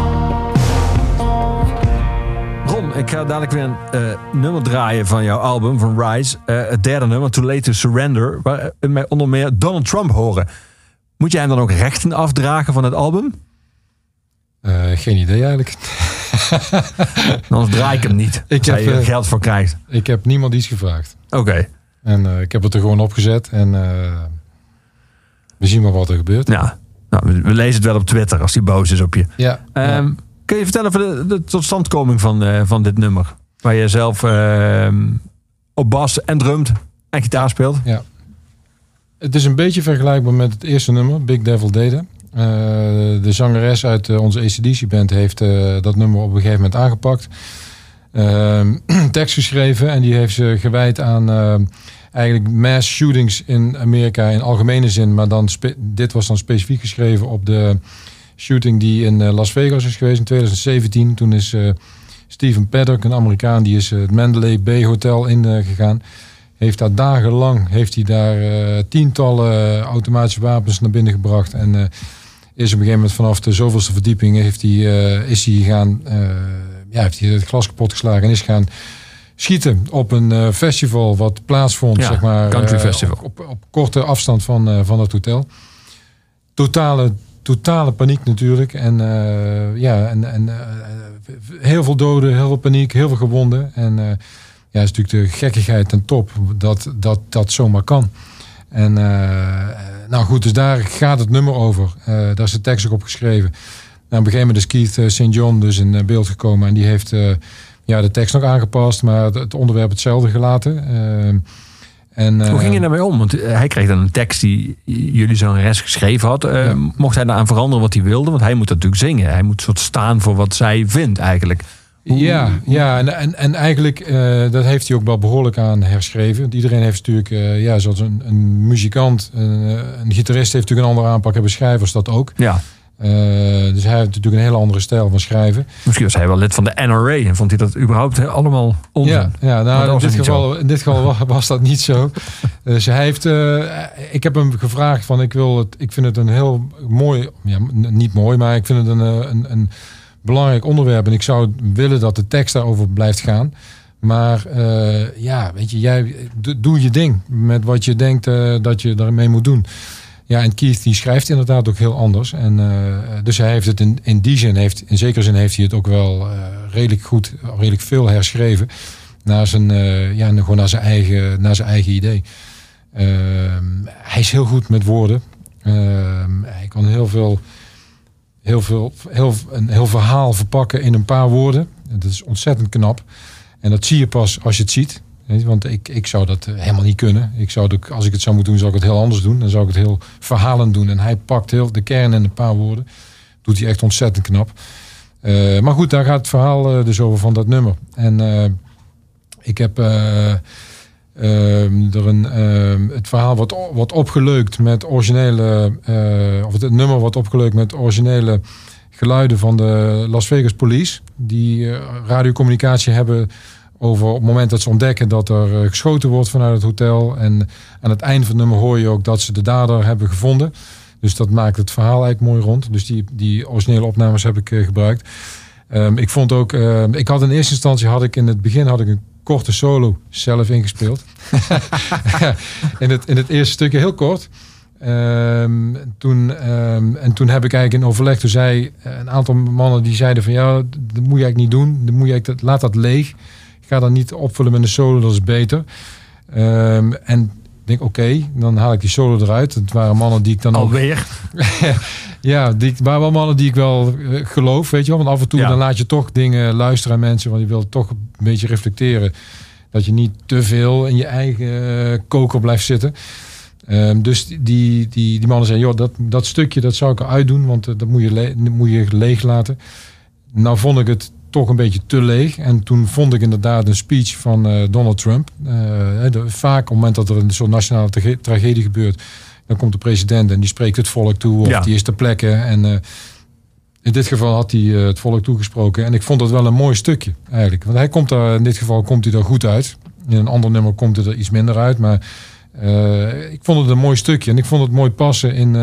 Ron, ik ga dadelijk weer een nummer draaien van jouw album, van Rise. Het derde nummer, Too Late to Surrender. Waar wij onder meer Donald Trump horen. Moet jij hem dan ook rechten afdragen van het album? Geen idee eigenlijk. Anders draai ik hem niet. Ik Als heb, hij er geld voor krijgt. Ik heb niemand iets gevraagd. Oké. En ik heb het er gewoon opgezet. En we zien maar wat er gebeurt. Ja. Nou, we lezen het wel op Twitter als hij boos is op je. Ja. Kun je vertellen over de totstandkoming van dit nummer? Waar je zelf op bas en drumt en gitaar speelt. Ja. Het is een beetje vergelijkbaar met het eerste nummer, Big Devil Data. De zangeres uit onze AC/DC-band heeft dat nummer op een gegeven moment aangepakt. Tekst geschreven en die heeft ze gewijd aan eigenlijk mass shootings in Amerika in algemene zin. Maar dan dit was dan specifiek geschreven op de shooting die in Las Vegas is geweest in 2017. Toen is Stephen Paddock, een Amerikaan, die is het Mandalay Bay Hotel ingegaan. Heeft daar dagenlang tientallen automatische wapens naar binnen gebracht. En is op een gegeven moment vanaf de zoveelste verdieping heeft hij het glas kapot geslagen en is gaan schieten op een festival wat plaatsvond, Ja, zeg maar, country festival. Op korte afstand van het hotel. Totale paniek natuurlijk. En heel veel doden, heel veel paniek, heel veel gewonden. En ja, is natuurlijk de gekkigheid ten top dat zomaar kan. En nou goed, dus daar gaat het nummer over. Daar is de tekst ook op geschreven. Nou, op een gegeven moment is Keith St. John dus in beeld gekomen. En die heeft de tekst nog aangepast, maar het onderwerp hetzelfde gelaten. Hoe ging je daarmee om? Want hij kreeg dan een tekst die jullie zangeres geschreven had. Mocht hij daaraan veranderen wat hij wilde? Want hij moet natuurlijk zingen. Hij moet soort staan voor wat zij vindt eigenlijk. En eigenlijk dat heeft hij ook wel behoorlijk aan herschreven. Iedereen heeft natuurlijk, zoals een muzikant, een gitarist heeft natuurlijk een andere aanpak, hebben schrijvers dat ook. Ja. Dus hij heeft natuurlijk een hele andere stijl van schrijven. Misschien was hij wel lid van de NRA en vond hij dat überhaupt allemaal onzin. In dit geval was dat niet zo. Dus hij heeft, ik heb hem gevraagd van ik vind het een heel mooi, niet mooi, maar ik vind het een belangrijk onderwerp en ik zou willen dat de tekst daarover blijft gaan. Maar weet je, jij doe je ding met wat je denkt dat je daarmee moet doen. Ja, en Keith die schrijft inderdaad ook heel anders. En dus hij heeft het in die zin, in zekere zin heeft hij het ook wel redelijk veel herschreven. naar zijn, gewoon naar zijn eigen idee. Hij is heel goed met woorden. Hij kan een heel verhaal verpakken in een paar woorden. Dat is ontzettend knap. En dat zie je pas als je het ziet. Want ik zou dat helemaal niet kunnen. Als ik het zou moeten doen, zou ik het heel anders doen. Dan zou ik het heel verhalend doen. En hij pakt heel de kern in een paar woorden. Doet hij echt ontzettend knap. Maar goed, daar gaat het verhaal dus over van dat nummer. En ik heb het verhaal wat opgeleukt met originele... of het nummer wat opgeleukt met originele geluiden van de Las Vegas Police. Die radiocommunicatie hebben over op het moment dat ze ontdekken dat er geschoten wordt vanuit het hotel. En aan het eind van het nummer hoor je ook dat ze de dader hebben gevonden. Dus dat maakt het verhaal eigenlijk mooi rond. Dus die originele opnames heb ik gebruikt. Ik vond ook... ik had in eerste instantie in het begin een korte solo zelf ingespeeld. in het eerste stukje heel kort. Toen heb ik eigenlijk in overleg, toen zei een aantal mannen die zeiden van ja, dat moet je eigenlijk niet doen. Laat dat leeg. Ga dat niet opvullen met een solo, dat is beter. En ik denk oké, dan haal ik die solo eruit. Het waren mannen die ik dan alweer. Ja, waren wel mannen die ik wel geloof, weet je wel. Want af en toe dan laat je toch dingen luisteren aan mensen, want je wil toch een beetje reflecteren. Dat je niet te veel in je eigen koker blijft zitten. Dus die mannen zeiden, joh, dat stukje dat zou ik eruit doen, want dat moet je leeg laten. Nou vond ik het toch een beetje te leeg. En toen vond ik inderdaad een speech van Donald Trump. Vaak op het moment dat er een soort nationale tragedie gebeurt, dan komt de president en die spreekt het volk toe, of die is ter plekke. En in dit geval had hij het volk toegesproken. En ik vond dat wel een mooi stukje eigenlijk. Want hij komt daar, in dit geval komt hij er goed uit. In een ander nummer komt hij er iets minder uit. Maar ik vond het een mooi stukje. En ik vond het mooi passen in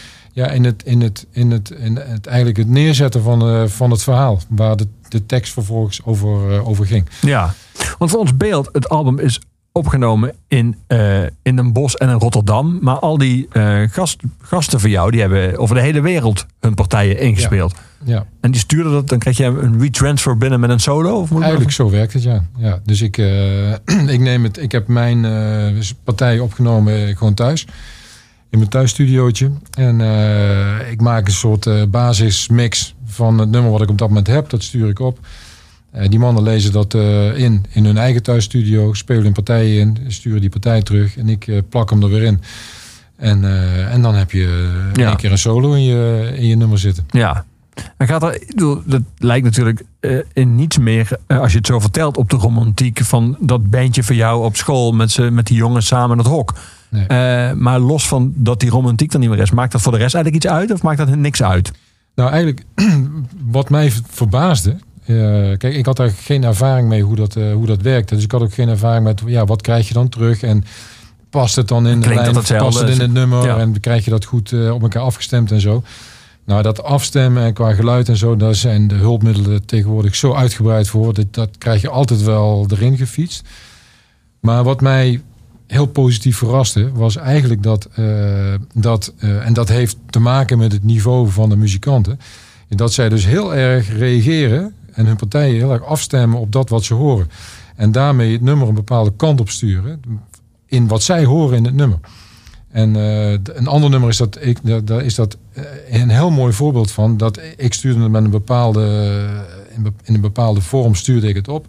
eigenlijk het neerzetten van het verhaal. Waar de tekst vervolgens over ging. Ja, want voor ons beeld, het album is opgenomen in Den Bosch en in Rotterdam. Maar al die gasten van jou, die hebben over de hele wereld hun partijen ingespeeld. Ja. En die stuurden dat, dan krijg je een retransfer binnen met een solo? Of eigenlijk zo werkt het, ja. Dus ik heb mijn partij opgenomen gewoon thuis. In mijn thuisstudiootje. En ik maak een soort basismix van het nummer wat ik op dat moment heb. Dat stuur ik op. Die mannen lezen dat in hun eigen thuisstudio. Spelen hun partijen in. Sturen die partij terug. En ik plak hem er weer in. En dan heb je een keer een solo in je nummer zitten. Ja. En dat lijkt natuurlijk in niets meer, als je het zo vertelt, op de romantiek van dat bandje van jou op school met die jongens samen in het hok. Nee. Maar los van dat die romantiek er niet meer is, maakt dat voor de rest eigenlijk iets uit of maakt dat niks uit? Nou, eigenlijk wat mij verbaasde. Kijk, ik had daar geen ervaring mee hoe dat werkte. Dus ik had ook geen ervaring met wat krijg je dan terug en past het dan in de lijn, past het in het nummer en krijg je dat goed op elkaar afgestemd en zo. Nou, dat afstemmen en qua geluid en zo, daar zijn de hulpmiddelen tegenwoordig zo uitgebreid voor. Dat krijg je altijd wel erin gefietst. Maar wat mij heel positief verraste, was eigenlijk en dat heeft te maken met het niveau van de muzikanten, dat zij dus heel erg reageren en hun partijen heel erg afstemmen op dat wat ze horen. En daarmee het nummer een bepaalde kant op sturen in wat zij horen in het nummer. En een ander nummer is dat een heel mooi voorbeeld van. Dat ik stuurde het met een in een bepaalde vorm stuurde ik het op.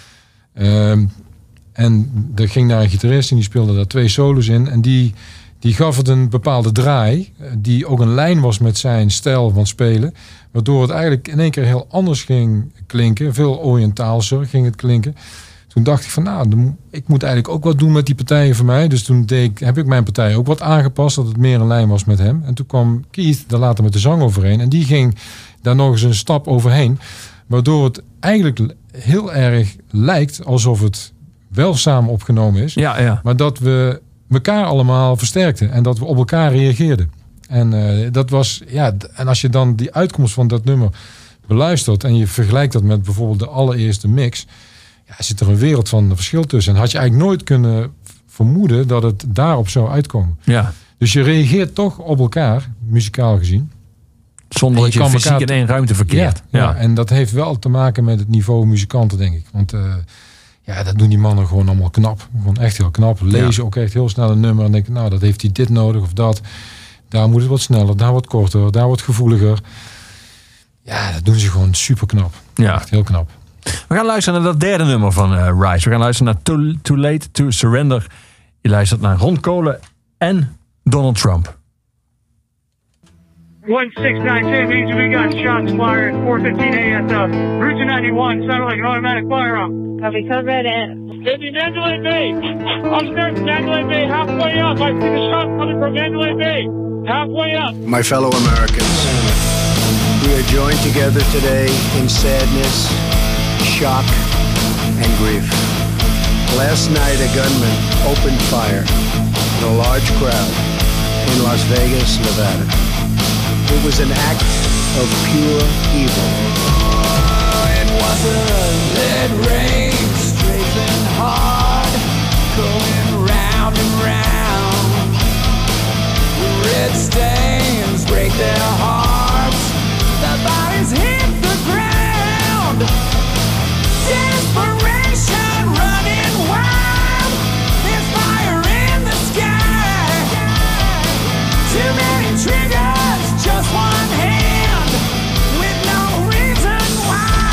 En er ging naar een gitarist en die speelde daar 2 solos in. En die gaf het een bepaalde draai. Die ook een lijn was met zijn stijl van spelen. Waardoor het eigenlijk in één keer heel anders ging klinken. Veel oriëntaalser ging het klinken. Toen dacht ik van ik moet eigenlijk ook wat doen met die partijen van mij. Dus toen heb ik mijn partij ook wat aangepast. Dat het meer in lijn was met hem. En toen kwam Keith daar later met de zang overheen. En die ging daar nog eens een stap overheen. Waardoor het eigenlijk heel erg lijkt alsof het wel samen opgenomen is. Ja. Maar dat we elkaar allemaal versterkten. En dat we op elkaar reageerden. En dat was, en als je dan die uitkomst van dat nummer beluistert. En je vergelijkt dat met bijvoorbeeld de allereerste mix. Zit er een wereld van verschil tussen. En had je eigenlijk nooit kunnen vermoeden dat het daarop zou uitkomen. Ja. Dus je reageert toch op elkaar, muzikaal gezien. Zonder dat je fysiek in één ruimte verkeert. Ja, en dat heeft wel te maken met het niveau muzikanten, denk ik. Want Ja, dat doen die mannen gewoon allemaal knap. Gewoon echt heel knap. Lezen ook echt heel snel een nummer en denken, nou, dat heeft hij dit nodig of dat. Daar moet het wat sneller, daar wat korter, daar wat gevoeliger. Ja, dat doen ze gewoon super knap. Ja. Echt heel knap. We gaan luisteren naar dat derde nummer van Rise. We gaan luisteren naar Too Late to Surrender. Je luistert naar Ron Kolen en Donald Trump. 1692 means we got shots fired. 4:15 a.m. Route 91 sounded like an automatic firearm. Copy, code red and It's in Mandalay Bay. Upstairs Mandalay Bay, halfway up. I see the shot coming from Mandalay Bay. Halfway up. My fellow Americans, we are joined together today in sadness, shock, and grief. Last night, a gunman opened fire at a large crowd in Las Vegas, Nevada. It was an act of pure evil. It was a lead rain, straight and hard, going round and round. Red stains break their hearts, their bodies hit the ground. Desperation running wild, there's fire in the sky. Too many triggers, just one hand, with no reason why.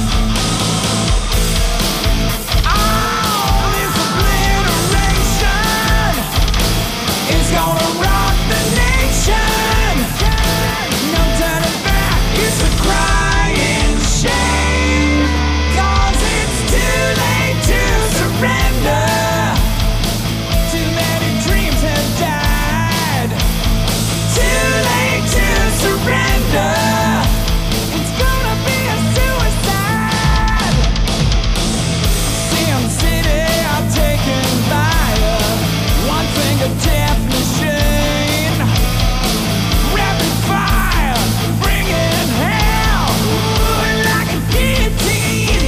All this obliteration is gonna rock the nation. No turning back, it's a crying shame. 'Cause it's too late to surrender. Too many dreams have died. Too late to surrender. It's gonna be a suicide. Sim City are taken by a one-finger death machine. Rapid fire, bringing hell, like a guillotine.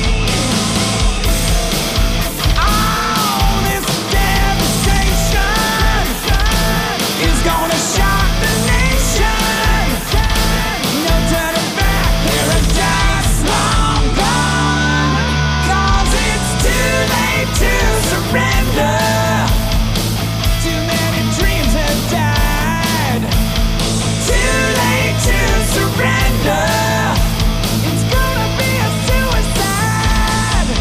All this devastation is gonna shock the nation. No turning back, paradise long gone. 'Cause it's too late to surrender. Too many dreams have died. Too late to surrender. It's gonna be a suicide.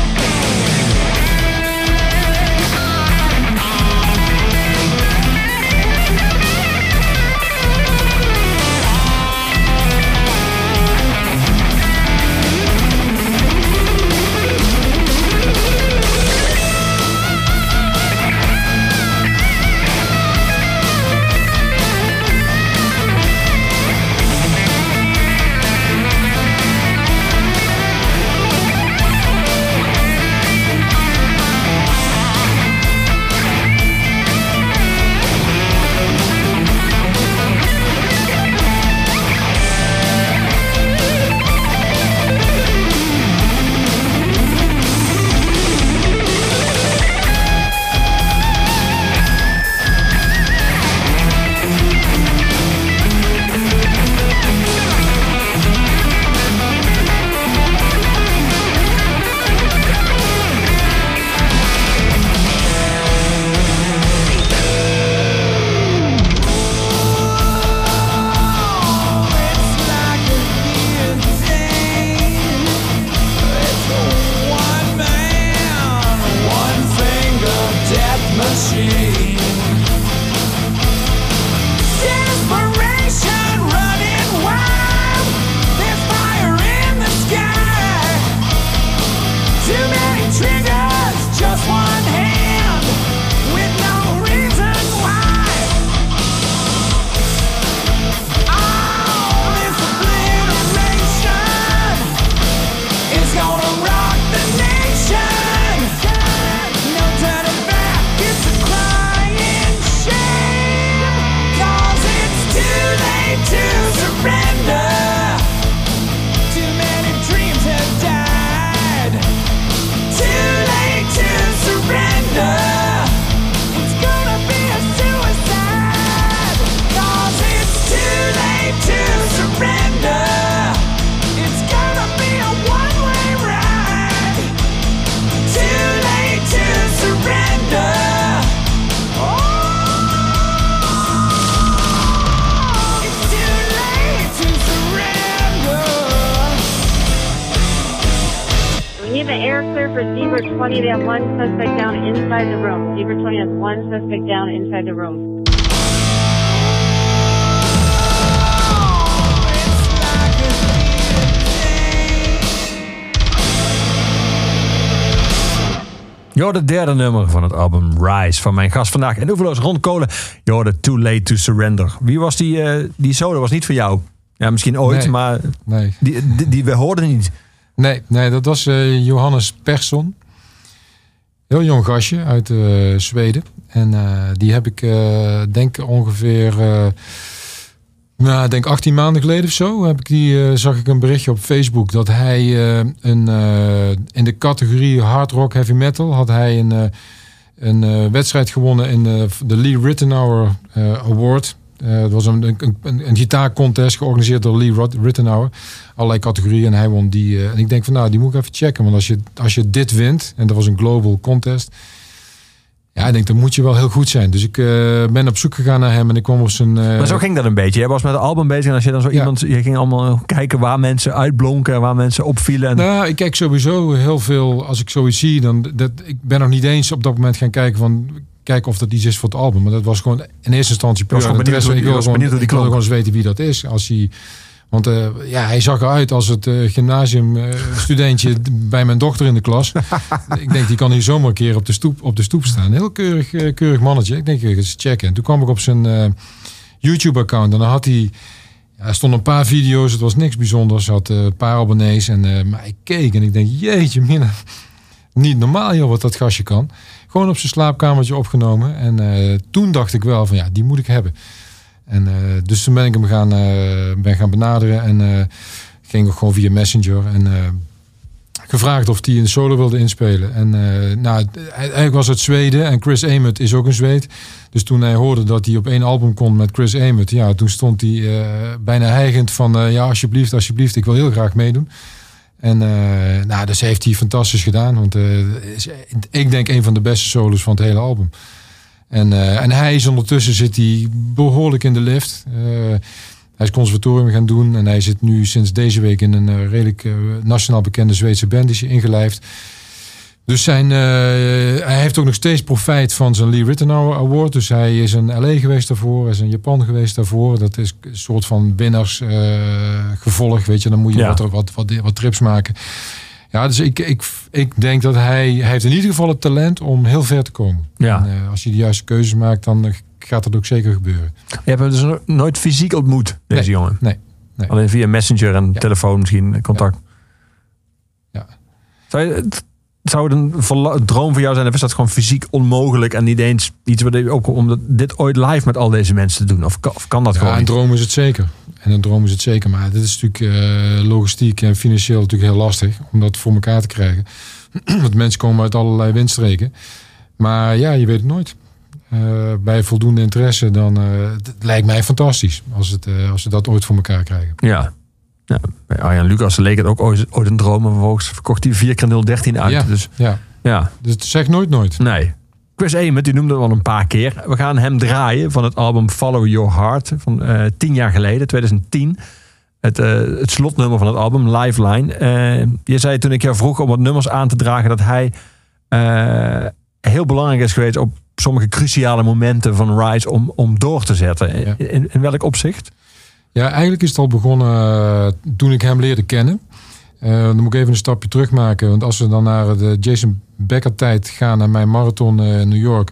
It's like a guillotine. It's a one-man, one-finger death machine. Desperation running wild, there's fire in the sky. Too many triggers, just one hand, with no reason why. All this obliteration is gonna rock the nation. No turning back, it's a crying Air clear for Zebra 20. They have one suspect down inside the room. Zebra 20 has one suspect down inside the room. Je hoorde het derde nummer van het album Rise van mijn gast vandaag. En oeverloos Ron Kolen. Je hoorde Too Late to Surrender. Wie was die solo? Was niet voor jou. Ja, misschien ooit, nee, maar nee. Die we hoorden niet. Nee, dat was Johannes Persson. Heel jong gastje uit Zweden. En die heb ik denk ongeveer... denk 18 maanden geleden of zo zag ik een berichtje op Facebook dat hij in de categorie hard rock heavy metal had hij een wedstrijd gewonnen in de Lee Ritenour Award. Het was een gitaarcontest georganiseerd door Lee Ritenour. Allerlei categorieën en hij won die. En ik denk van die moet ik even checken. Want als je dit wint, en dat was een global contest... Ja, ik denk, dan moet je wel heel goed zijn. Dus ik ben op zoek gegaan naar hem en ik kwam op zijn... Maar zo ging dat een beetje. Je was met het album bezig en als je dan zo iemand... Je ging allemaal kijken waar mensen uitblonken, waar mensen opvielen. Nou, ik kijk sowieso heel veel... Als ik zoiets zie, ik ben nog niet eens op dat moment gaan kijken of dat iets is voor het album. Maar dat was gewoon in eerste instantie puur interesse. Ik wil gewoon eens weten wie dat is. Want hij zag eruit als het gymnasiumstudentje bij mijn dochter in de klas. Ik denk, die kan hier zomaar een keer op de stoep staan. Heel keurig mannetje. Ik denk, eens checken. En toen kwam ik op zijn YouTube-account. En dan had hij... Er stonden een paar video's. Het was niks bijzonders. Hij had een paar abonnees. Maar ik keek en ik denk, jeetje mina. Niet normaal joh, wat dat gastje kan. Gewoon op zijn slaapkamertje opgenomen. En toen dacht ik wel van, die moet ik hebben. En dus toen ben ik hem gaan benaderen en ging gewoon via Messenger en gevraagd of hij een solo wilde inspelen. En eigenlijk was het Zweden en Chris Ament is ook een Zweed. Dus toen hij hoorde dat hij op 1 album kon met Chris Ament, toen stond hij bijna hijgend van alsjeblieft, ik wil heel graag meedoen. En dus heeft hij fantastisch gedaan, want ik denk een van de beste solos van het hele album. En hij is ondertussen zit hij behoorlijk in de lift. Hij is conservatorium gaan doen. En hij zit nu sinds deze week in een redelijk nationaal bekende Zweedse band. Die is ingelijfd. Dus hij heeft ook nog steeds profijt van zijn Lee Ritenour Award. Dus hij is in LA geweest daarvoor. Hij is in Japan geweest daarvoor. Dat is een soort van winnaarsgevolg. Weet je, dan moet je wat trips maken. Ja, dus ik denk dat hij heeft in ieder geval het talent om heel ver te komen. Ja. En als je de juiste keuzes maakt, dan gaat dat ook zeker gebeuren. Je hebt hem dus nooit fysiek ontmoet, deze jongen? Nee. Alleen via Messenger en telefoon misschien contact? Ja. Zou het een droom voor jou zijn? Of is dat gewoon fysiek onmogelijk en niet eens iets wat ook om dit ooit live met al deze mensen te doen? Of kan dat gewoon? Ja, een droom is het zeker. Maar dit is natuurlijk logistiek en financieel natuurlijk heel lastig om dat voor elkaar te krijgen. Want mensen komen uit allerlei windstreken. Maar je weet het nooit. Bij voldoende interesse, dan het lijkt mij fantastisch als ze dat ooit voor elkaar krijgen. Ja. Ja, bij Arjan Lucas leek het ook ooit een droom. En vervolgens verkocht hij 4x013 uit. Ja. Dus het zegt nooit. Nee. Chris Ament, die noemde het al een paar keer. We gaan hem draaien van het album Follow Your Heart van 10 jaar geleden, 2010. Het slotnummer van het album, Lifeline. Je zei toen ik jou vroeg om wat nummers aan te dragen dat hij heel belangrijk is geweest op sommige cruciale momenten van Rise om door te zetten. Ja. In welk opzicht? Ja, eigenlijk is het al begonnen toen ik hem leerde kennen. Dan moet ik even een stapje terug maken. Want als we dan naar de Jason Becker tijd gaan, naar mijn marathon in New York.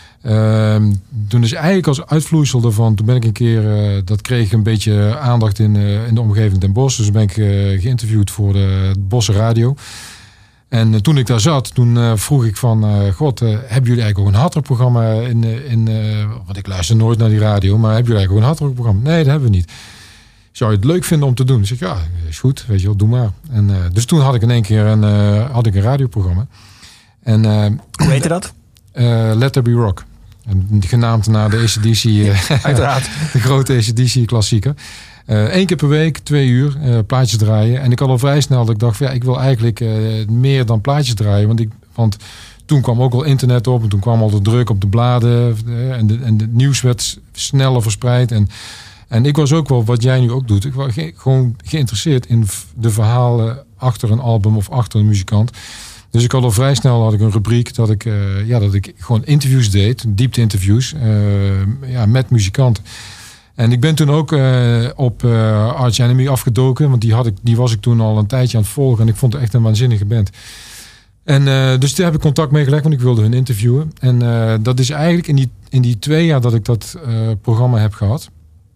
Toen is eigenlijk als uitvloeisel daarvan, toen ben ik een keer, dat kreeg een beetje aandacht in de omgeving Den Bosch. Dus ben ik geïnterviewd voor de Bosse Radio. En toen ik daar zat, toen vroeg ik van, hebben jullie eigenlijk ook een hardrockprogramma want ik luister nooit naar die radio, maar hebben jullie eigenlijk ook een hardrockprogramma? Nee, dat hebben we niet. Zou je het leuk vinden om te doen? Dus ik is goed, weet je wel, doe maar. En dus toen had ik in één keer een radioprogramma. En hoe heette dat? Let There Be Rock. En genaamd naar de AC/DC, uiteraard. De grote AC/DC klassieker. 1 keer per week, 2 uur, plaatjes draaien. En ik had al vrij snel dat ik dacht, ik wil eigenlijk meer dan plaatjes draaien. Want toen kwam ook al internet op en toen kwam al de druk op de bladen. En het nieuws werd sneller verspreid. En ik was ook wel, wat jij nu ook doet, ik was gewoon geïnteresseerd in de verhalen achter een album of achter een muzikant. Dus ik had al vrij snel een rubriek dat ik gewoon interviews deed, diepte-interviews met muzikanten. En ik ben toen ook op Arch Enemy afgedoken, want die was ik toen al een tijdje aan het volgen en ik vond het echt een waanzinnige band. En dus daar heb ik contact mee gelegd, want ik wilde hun interviewen. En dat is eigenlijk in die 2 jaar dat ik dat programma heb gehad,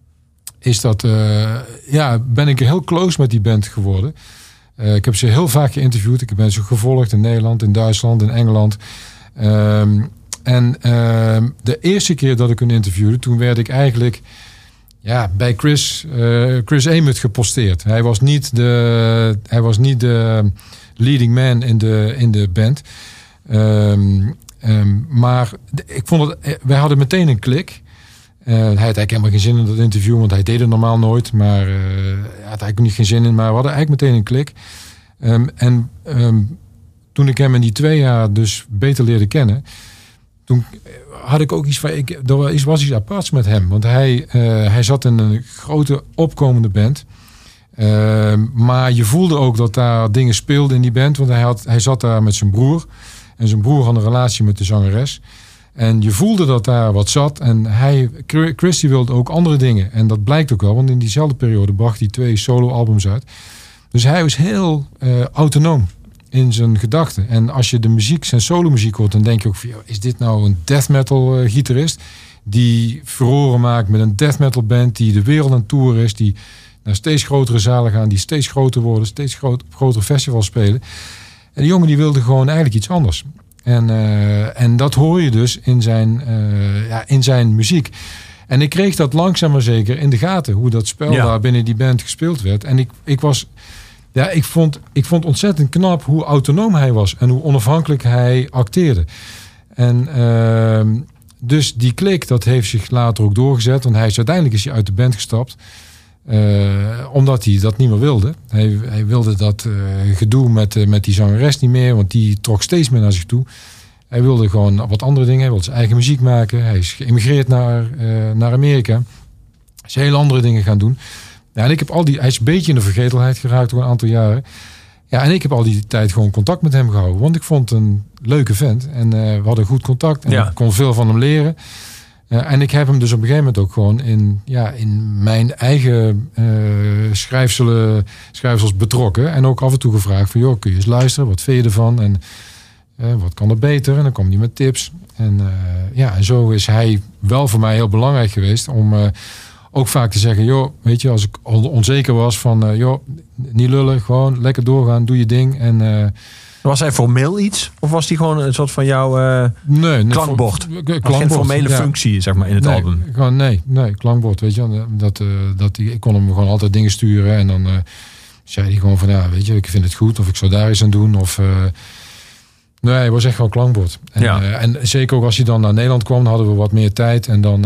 ben ik heel close met die band geworden. Ik heb ze heel vaak geïnterviewd. Ik ben ze gevolgd in Nederland, in Duitsland, in Engeland. De eerste keer dat ik hun interviewde, toen werd ik eigenlijk bij Chris Amott geposteerd. Hij was niet de leading man in de band. Maar ik vond wij hadden meteen een klik. Hij had eigenlijk helemaal geen zin in dat interview, want hij deed het normaal nooit. Maar hij had eigenlijk niet geen zin in. Maar we hadden eigenlijk meteen een klik. Toen ik hem in die 2 jaar dus beter leerde kennen, toen had ik ook iets van, er was iets aparts met hem. Want hij zat in een grote opkomende band. Maar je voelde ook dat daar dingen speelden in die band. Want hij zat daar met zijn broer. En zijn broer had een relatie met de zangeres. En je voelde dat daar wat zat. En Chris wilde ook andere dingen. En dat blijkt ook wel. Want in diezelfde periode bracht hij 2 solo-albums uit. Dus hij was heel autonoom in zijn gedachten. En als je zijn solo-muziek hoort, dan denk je ook van, is dit nou een death metal gitarist die furoren maakt met een death metal band die de wereld aan tour is, die naar steeds grotere zalen gaan, die steeds groter worden, steeds grotere festivals spelen. En die jongen die wilde gewoon eigenlijk iets anders. En dat hoor je dus in zijn muziek. En ik kreeg dat langzaam maar zeker in de gaten, hoe dat spel daar binnen die band gespeeld werd. En ik vond ontzettend knap hoe autonoom hij was en hoe onafhankelijk hij acteerde. En dus die klik, dat heeft zich later ook doorgezet. Want uiteindelijk is hij uit de band gestapt. Omdat hij dat niet meer wilde. Hij wilde dat gedoe met die zangeres niet meer. Want die trok steeds meer naar zich toe. Hij wilde gewoon wat andere dingen. Hij wilde zijn eigen muziek maken. Hij is geëmigreerd naar Amerika. Hij is hele andere dingen gaan doen. Ja, en hij is een beetje in de vergetelheid geraakt door een aantal jaren. Ja, en ik heb al die tijd gewoon contact met hem gehouden. Want ik vond een leuke vent. En we hadden goed contact. En ik kon veel van hem leren. En ik heb hem dus op een gegeven moment ook gewoon in mijn eigen schrijfsels betrokken. En ook af en toe gevraagd van, kun je eens luisteren? Wat vind je ervan? En wat kan er beter? En dan kwam hij met tips. En zo is hij wel voor mij heel belangrijk geweest om ook vaak te zeggen, weet je, als ik onzeker was van, niet lullen, gewoon lekker doorgaan, doe je ding. En was hij formeel iets? Of was hij gewoon een soort van jouw klankbord? Geen formele functie, zeg maar, in het album? Gewoon, nee, klankbord, weet je. Ik kon hem gewoon altijd dingen sturen. En dan zei hij gewoon van, weet je, ik vind het goed. Of ik zou daar eens aan doen. Of nee, hij was echt gewoon klankbord. En zeker ook als hij dan naar Nederland kwam, dan hadden we wat meer tijd. En dan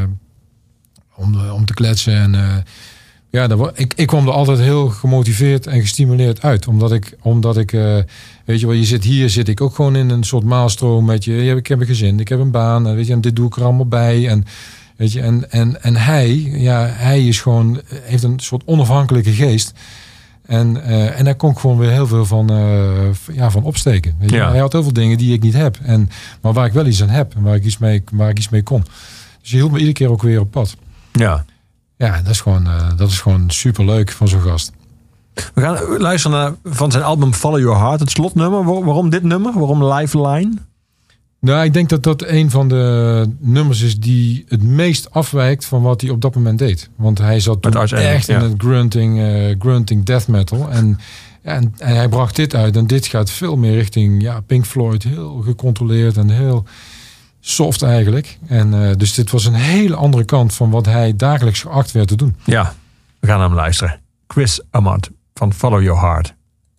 om te kletsen. En ik kwam er altijd heel gemotiveerd en gestimuleerd uit. Omdat ik weet je wel, zit ik ook gewoon in een soort maalstroom met je. Ik heb een gezin, ik heb een baan, weet je, en dit doe ik er allemaal bij. En weet je, en hij is gewoon, heeft een soort onafhankelijke geest. En daar kon ik gewoon weer heel veel van opsteken. Weet je? Hij had heel veel dingen die ik niet heb. Maar waar ik wel iets aan heb en waar ik iets mee kon. Dus je hield me iedere keer ook weer op pad. Ja, dat is gewoon superleuk van zo'n gast. We gaan luisteren naar van zijn album Follow Your Heart, het slotnummer. Waarom dit nummer? Waarom Lifeline? Nou, ik denk dat dat een van de nummers is die het meest afwijkt van wat hij op dat moment deed. Want hij zat toen echt in het grunting death metal. En hij bracht dit uit. En dit gaat veel meer richting Pink Floyd. Heel gecontroleerd en heel soft eigenlijk. En dus dit was een hele andere kant van wat hij dagelijks geacht werd te doen. Ja, we gaan naar hem luisteren. Chris Amott van Follow Your Heart.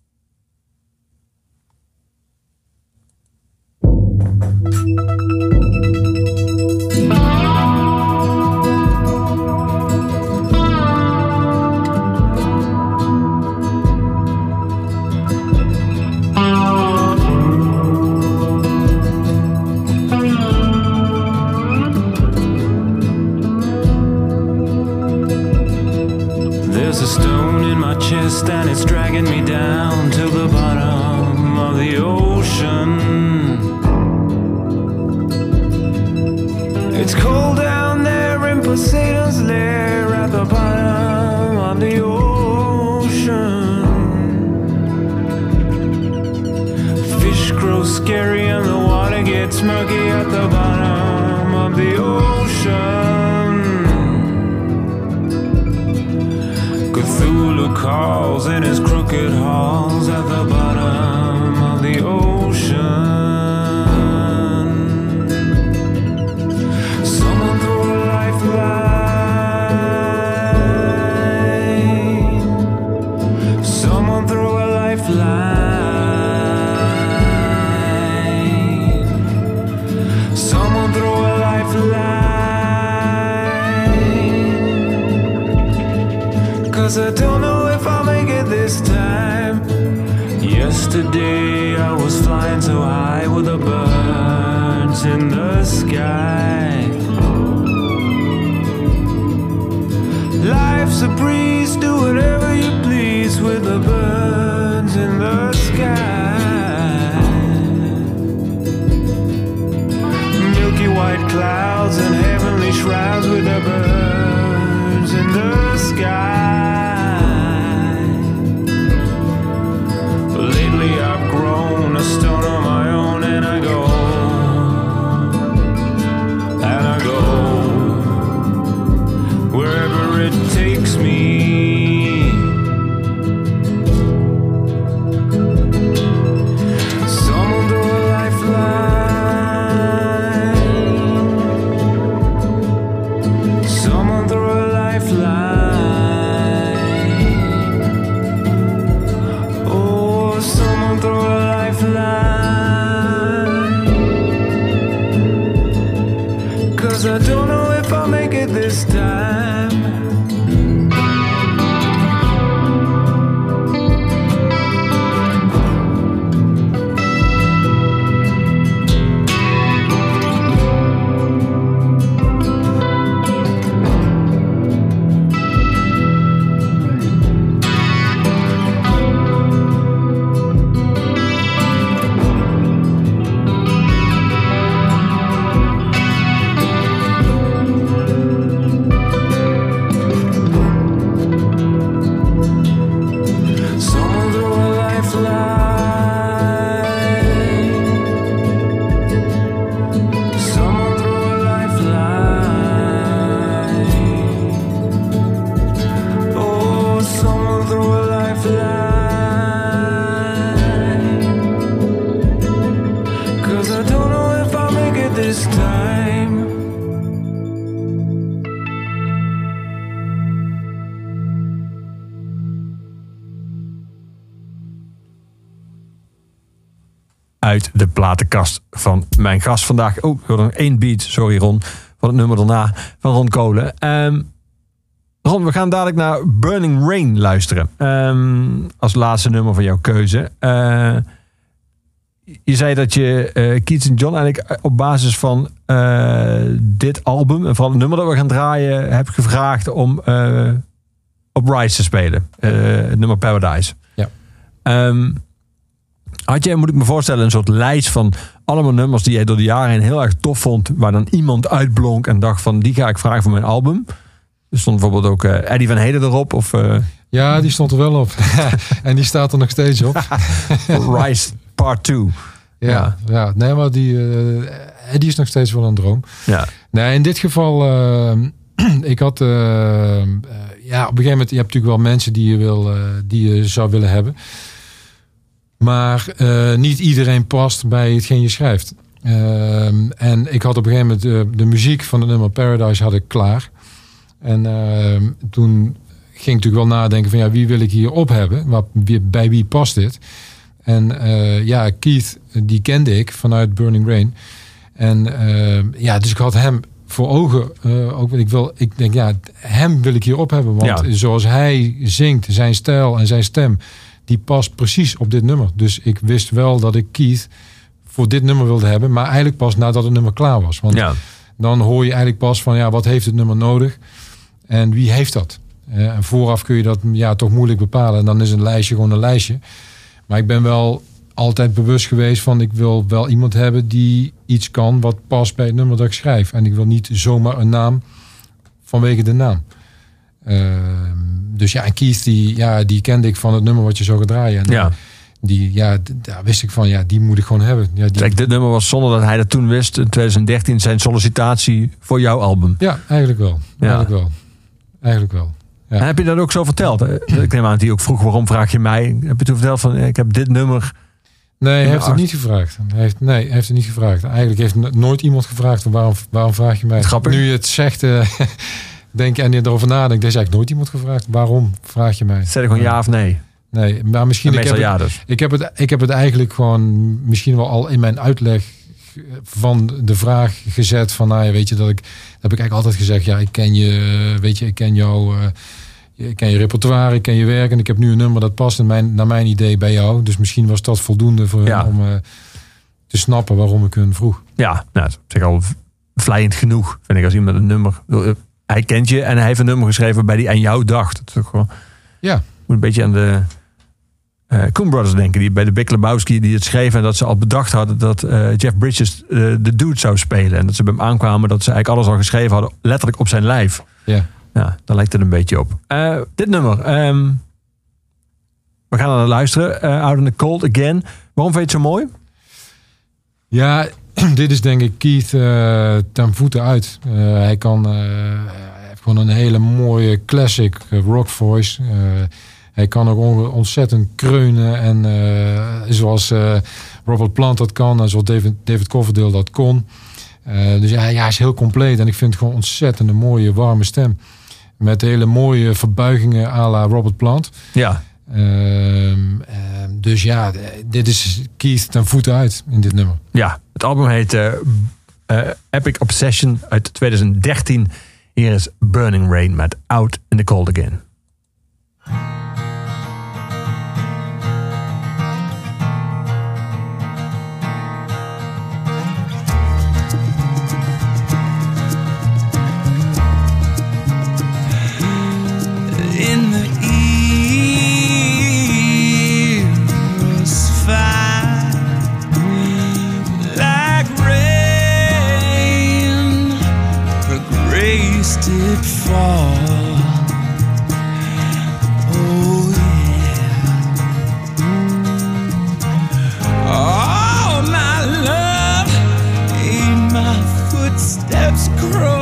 There's a stone in my chest and it's dragging me down to the bottom of the ocean. gets murky at the bottom of the ocean. Cthulhu calls in his crooked halls at the bottom of the ocean. Someone threw a lifeline. Someone threw a lifeline. Someone threw a lifeline. 'Cause I don't know if I'll make it this time. Yesterday I was flying so high with the birds in the sky. Life's a breeze, do whatever you please with the birds in the sky. Milky white clouds and heavenly shrouds with the birds in the sky. Lately I've grown a stone on my own and I go wherever it takes me. Someone threw a lifeline. Someone threw a lifeline. Oh, someone threw a lifeline. 'Cause I don't know if I'll make it this time. Uit de platenkast van mijn gast vandaag. Oh, ik hoorde nog 1 beat, sorry Ron, van het nummer daarna van Ron Kolen. Ron, we gaan dadelijk naar Burning Rain luisteren. Als laatste nummer van jouw keuze. Je zei dat je Keith & John eigenlijk op basis van dit album en van het nummer dat we gaan draaien hebt gevraagd om op Rise te spelen. Het nummer Paradise. Ja. Had jij, moet ik me voorstellen, een soort lijst van allemaal nummers die jij door de jaren heen heel erg tof vond, waar dan iemand uitblonk en dacht van die ga ik vragen voor mijn album? Er stond bijvoorbeeld ook Eddie Van Halen erop? Of, Ja, die stond er wel op. En die staat er nog steeds op. Rise Part 2. Ja. Nee, maar die is nog steeds wel een droom. Ja. Nee, in dit geval, ik had, op een gegeven moment, je hebt natuurlijk wel mensen die je zou willen hebben. Maar niet iedereen past bij hetgeen je schrijft. En ik had op een gegeven moment de muziek van het nummer Paradise had ik klaar. En toen ging ik natuurlijk wel nadenken van wie wil ik hier op hebben? Bij wie past dit? En Keith, die kende ik vanuit Burning Rain. En dus ik had hem voor ogen. Ik denk, hem wil ik hier op hebben. Want zoals hij zingt, zijn stijl en zijn stem, die past precies op dit nummer. Dus ik wist wel dat ik Keith voor dit nummer wilde hebben. Maar eigenlijk pas nadat het nummer klaar was. Want dan hoor je eigenlijk pas van wat heeft het nummer nodig? En wie heeft dat? En vooraf kun je dat toch moeilijk bepalen. En dan is een lijstje gewoon een lijstje. Maar ik ben wel altijd bewust geweest van ik wil wel iemand hebben die iets kan wat past bij het nummer dat ik schrijf. En ik wil niet zomaar een naam vanwege de naam. Dus en Keith die kende ik van het nummer wat je zou gaan draaien. En Daar wist ik van, die moet ik gewoon hebben. Ja, Kijk, dit nummer was zonder dat hij dat toen wist, in 2013, zijn sollicitatie voor jouw album. Ja, eigenlijk wel. Ja. Eigenlijk wel. Ja. En heb je dat ook zo verteld? Ik neem aan dat hij ook vroeg, waarom vraag je mij? Heb je toen verteld van, ik heb dit nummer... Nee, hij heeft het niet gevraagd. Hij heeft het niet gevraagd. Eigenlijk heeft nooit iemand gevraagd, waarom vraag je mij? Grappig. Nu je het zegt, denk je en je erover nadenkt, er is eigenlijk nooit iemand gevraagd. Waarom vraag je mij? Stel je gewoon ja of nee? Nee, maar misschien... Ik heb het eigenlijk gewoon misschien wel al in mijn uitleg van de vraag gezet van, weet je, dat heb ik eigenlijk altijd gezegd, ik ken je, weet je, ik ken jou... Ik ken je repertoire, ik ken je werk en ik heb nu een nummer dat past naar mijn idee bij jou. Dus misschien was dat voldoende voor hem om te snappen waarom ik hun vroeg. Ja, nou, zeg al vlijend genoeg, vind ik, als iemand een nummer... Hij kent je en hij heeft een nummer geschreven waarbij hij aan jou dacht. Dat is ook gewoon... Ja. Moet een beetje aan de Coen Brothers denken, die bij de Big Lebowski die het schreven en dat ze al bedacht hadden dat Jeff Bridges de dude zou spelen. En dat ze bij hem aankwamen dat ze eigenlijk alles al geschreven hadden, letterlijk op zijn lijf. Ja. Ja, daar lijkt het een beetje op. Dit nummer. We gaan naar luisteren. Out in the Cold Again. Waarom vind je het zo mooi? Ja, dit is denk ik Keith ten voeten uit. Hij heeft gewoon een hele mooie classic rock voice. Hij kan ook ontzettend kreunen. En zoals Robert Plant dat kan. En zoals David Coverdale dat kon. Dus hij is heel compleet. En ik vind het gewoon ontzettend een mooie, warme stem. Met hele mooie verbuigingen à la Robert Plant. Ja. Dus dit is Keith ten voeten uit in dit nummer. Ja, het album heet Epic Obsession uit 2013. Hier is Burning Rain met Out in the Cold Again. In the ears fire like rain, her grace did fall. Oh yeah. Oh my love, ain't my footsteps crawl.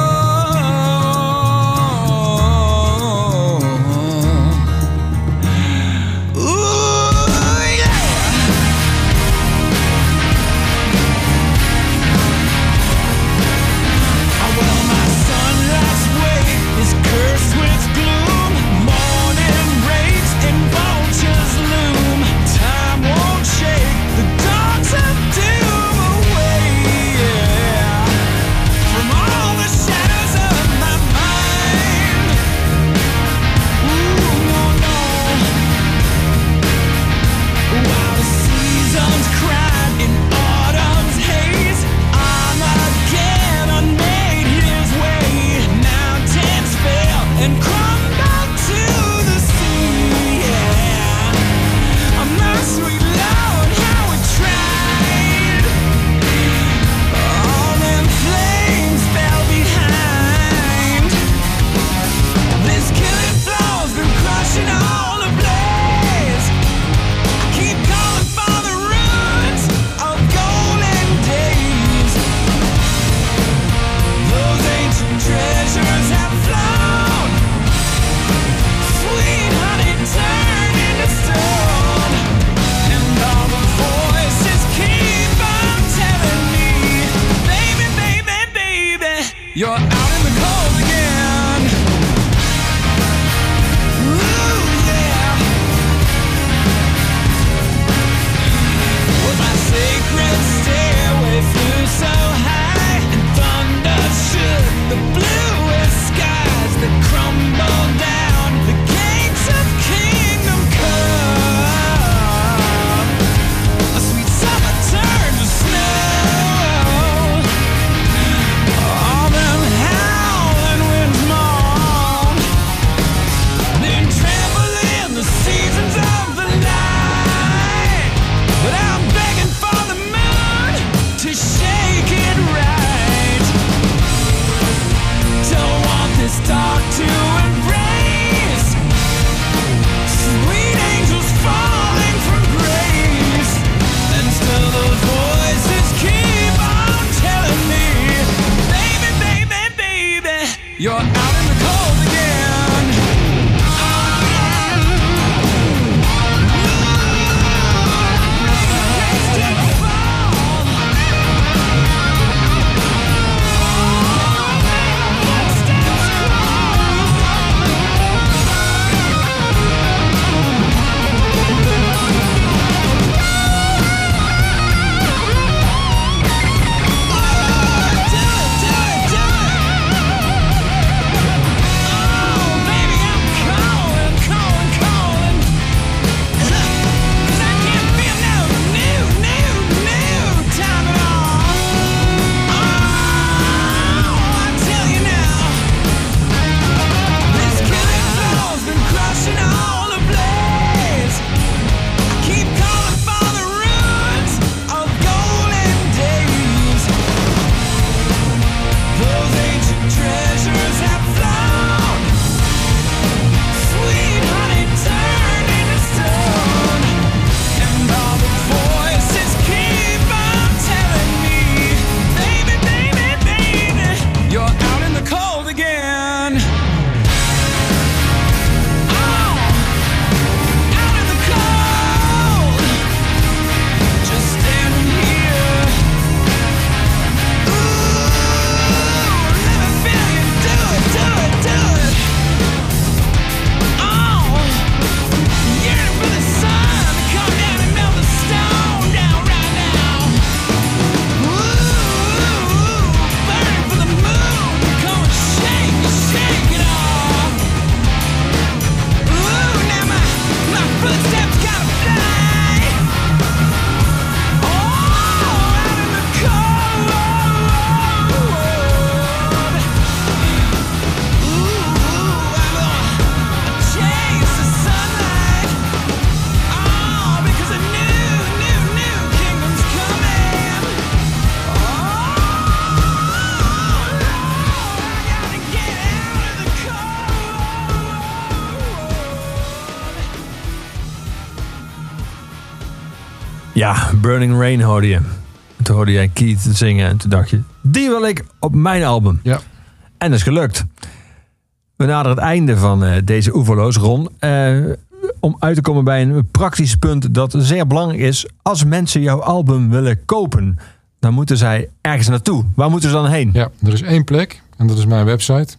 You're out in the cold again. Ooh, yeah. Was my sacred stairway flew so high, and thunder shook the bluest skies that crumbled down. The gates of kingdom come. A sweet summer turned to snow. All them howling winds You're out in the cold again. Ja, Burning Rain hoorde je. Toen hoorde jij Keith zingen en toen dacht je, die wil ik op mijn album. Ja. En dat is gelukt. We naderen het einde van deze Oeverloos, Ron. Om uit te komen bij een praktisch punt dat zeer belangrijk is. Als mensen jouw album willen kopen, dan moeten zij ergens naartoe. Waar moeten ze dan heen? Ja, er is één plek en dat is mijn website.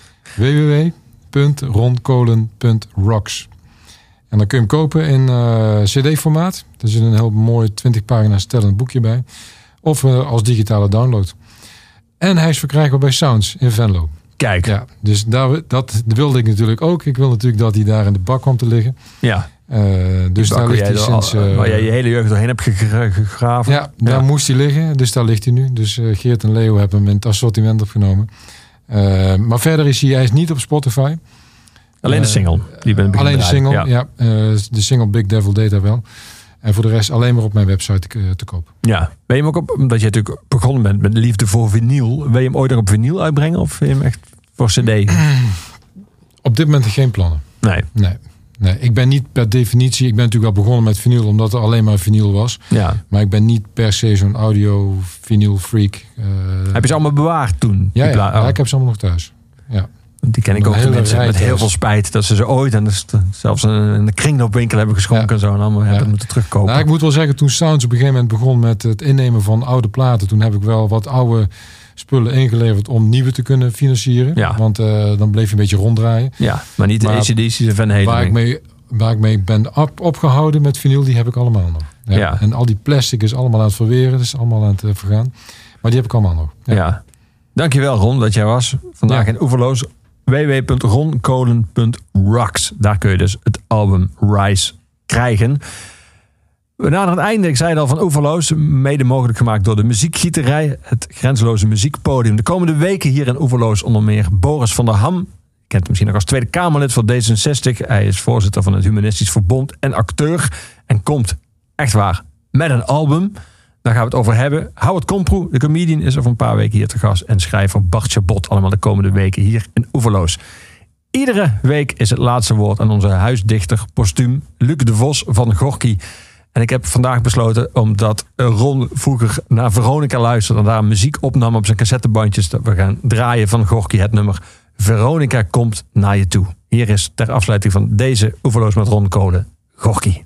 www.ronkolen.rocks. En dan kun je hem kopen in cd-formaat. Er zit een heel mooi 20 pagina's tellend boekje bij. Of als digitale download. En hij is verkrijgbaar bij Sounds in Venlo. Kijk. Ja, dus dat wilde ik natuurlijk ook. Ik wil natuurlijk dat hij daar in de bak kwam te liggen. Ja. Dus daar ligt hij sinds... waar jij je hele jeugd doorheen hebt gegraven. Ja, daar moest hij liggen. Dus daar ligt hij nu. Dus Geert en Leo hebben hem in het assortiment opgenomen. Maar verder is hij is niet op Spotify. Alleen de single. Die ben alleen de single, ja. De single Big Devil Data wel. En voor de rest alleen maar op mijn website te koop. Ja. Wil je hem ook op, omdat je natuurlijk begonnen bent met liefde voor vinyl. Wil je hem ooit nog op vinyl uitbrengen? Of wil je hem echt voor cd? Op dit moment geen plannen. Nee. Ik ben niet per definitie... Ik ben natuurlijk wel begonnen met vinyl omdat er alleen maar vinyl was. Ja. Maar ik ben niet per se zo'n audio vinyl freak. Heb je ze allemaal bewaard toen? Ja, ik heb ze allemaal nog thuis. Ja. Die ken ik ook mensen met heel veel spijt dat ze ze ooit en zelfs in de kringloopwinkel hebben geschonken en zo en allemaal hebben moeten terugkopen. Nou, ik moet wel zeggen, toen Sounds op een gegeven moment begon met het innemen van oude platen, toen heb ik wel wat oude spullen ingeleverd om nieuwe te kunnen financieren. Ja. Want dan bleef je een beetje ronddraaien. Ja, maar niet de ACDC's en Van Halen. Waar ik mee ben opgehouden met vinyl, die heb ik allemaal nog. Ja. En al die plastic is allemaal aan het verweren, dus allemaal aan het vergaan. Maar die heb ik allemaal nog. Ja. Dankjewel Ron dat jij was vandaag in Oeverloos. www.ronkolen.rocks. Daar kun je dus het album Rise krijgen. We naderen het einde, ik zei het al, van Oeverloos. Mede mogelijk gemaakt door de Muziekgieterij. Het grenzeloze muziekpodium. De komende weken hier in Oeverloos onder meer Boris van der Ham. Je kent hem misschien nog als Tweede Kamerlid voor D66. Hij is voorzitter van het Humanistisch Verbond en acteur. En komt, echt waar, met een album. Daar gaan we het over hebben. Howard Komproe, de comedian, is over een paar weken hier te gast. En schrijver Bart Chabot, allemaal de komende weken hier in Oeverloos. Iedere week is het laatste woord aan onze huisdichter postuum Luc de Vos van Gorky. En ik heb vandaag besloten, omdat Ron vroeger naar Veronica luisterde en daar muziek opnam op zijn cassettebandjes, dat we gaan draaien van Gorky het nummer Veronica komt naar je toe. Hier is ter afsluiting van deze Oeverloos met Ron Kolen, Gorky.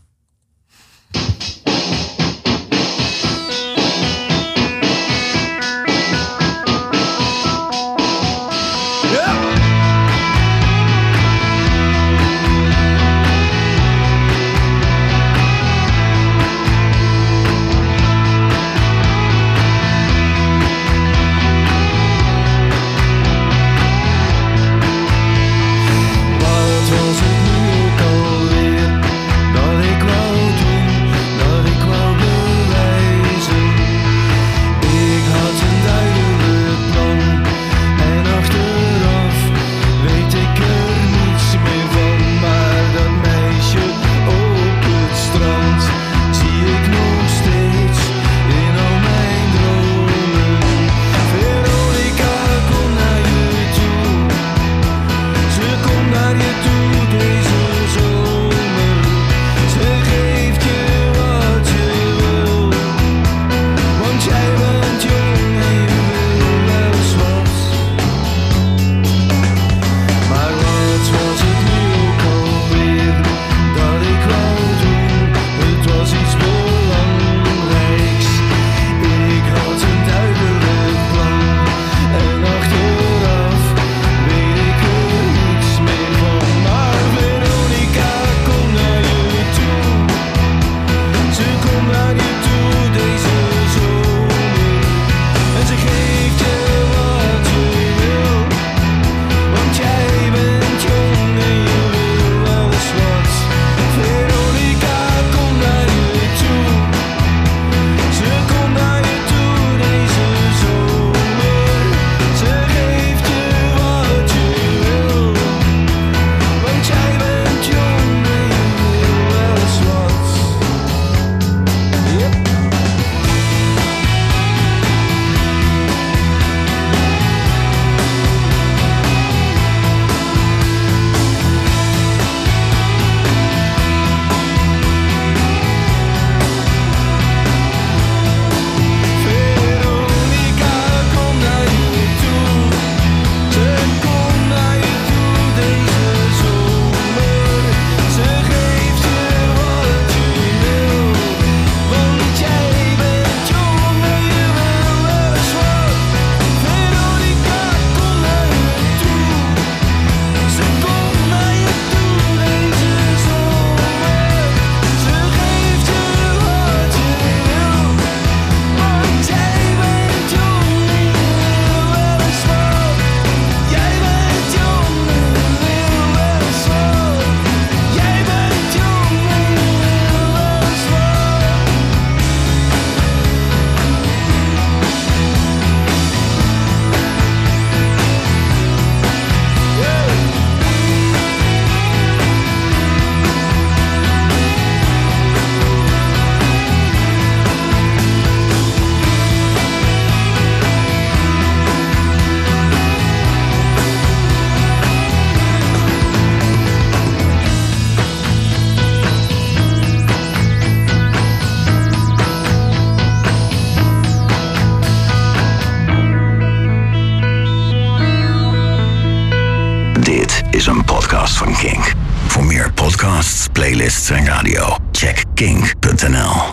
is een podcast van Kink. Voor meer podcasts, playlists en radio, check kink.nl.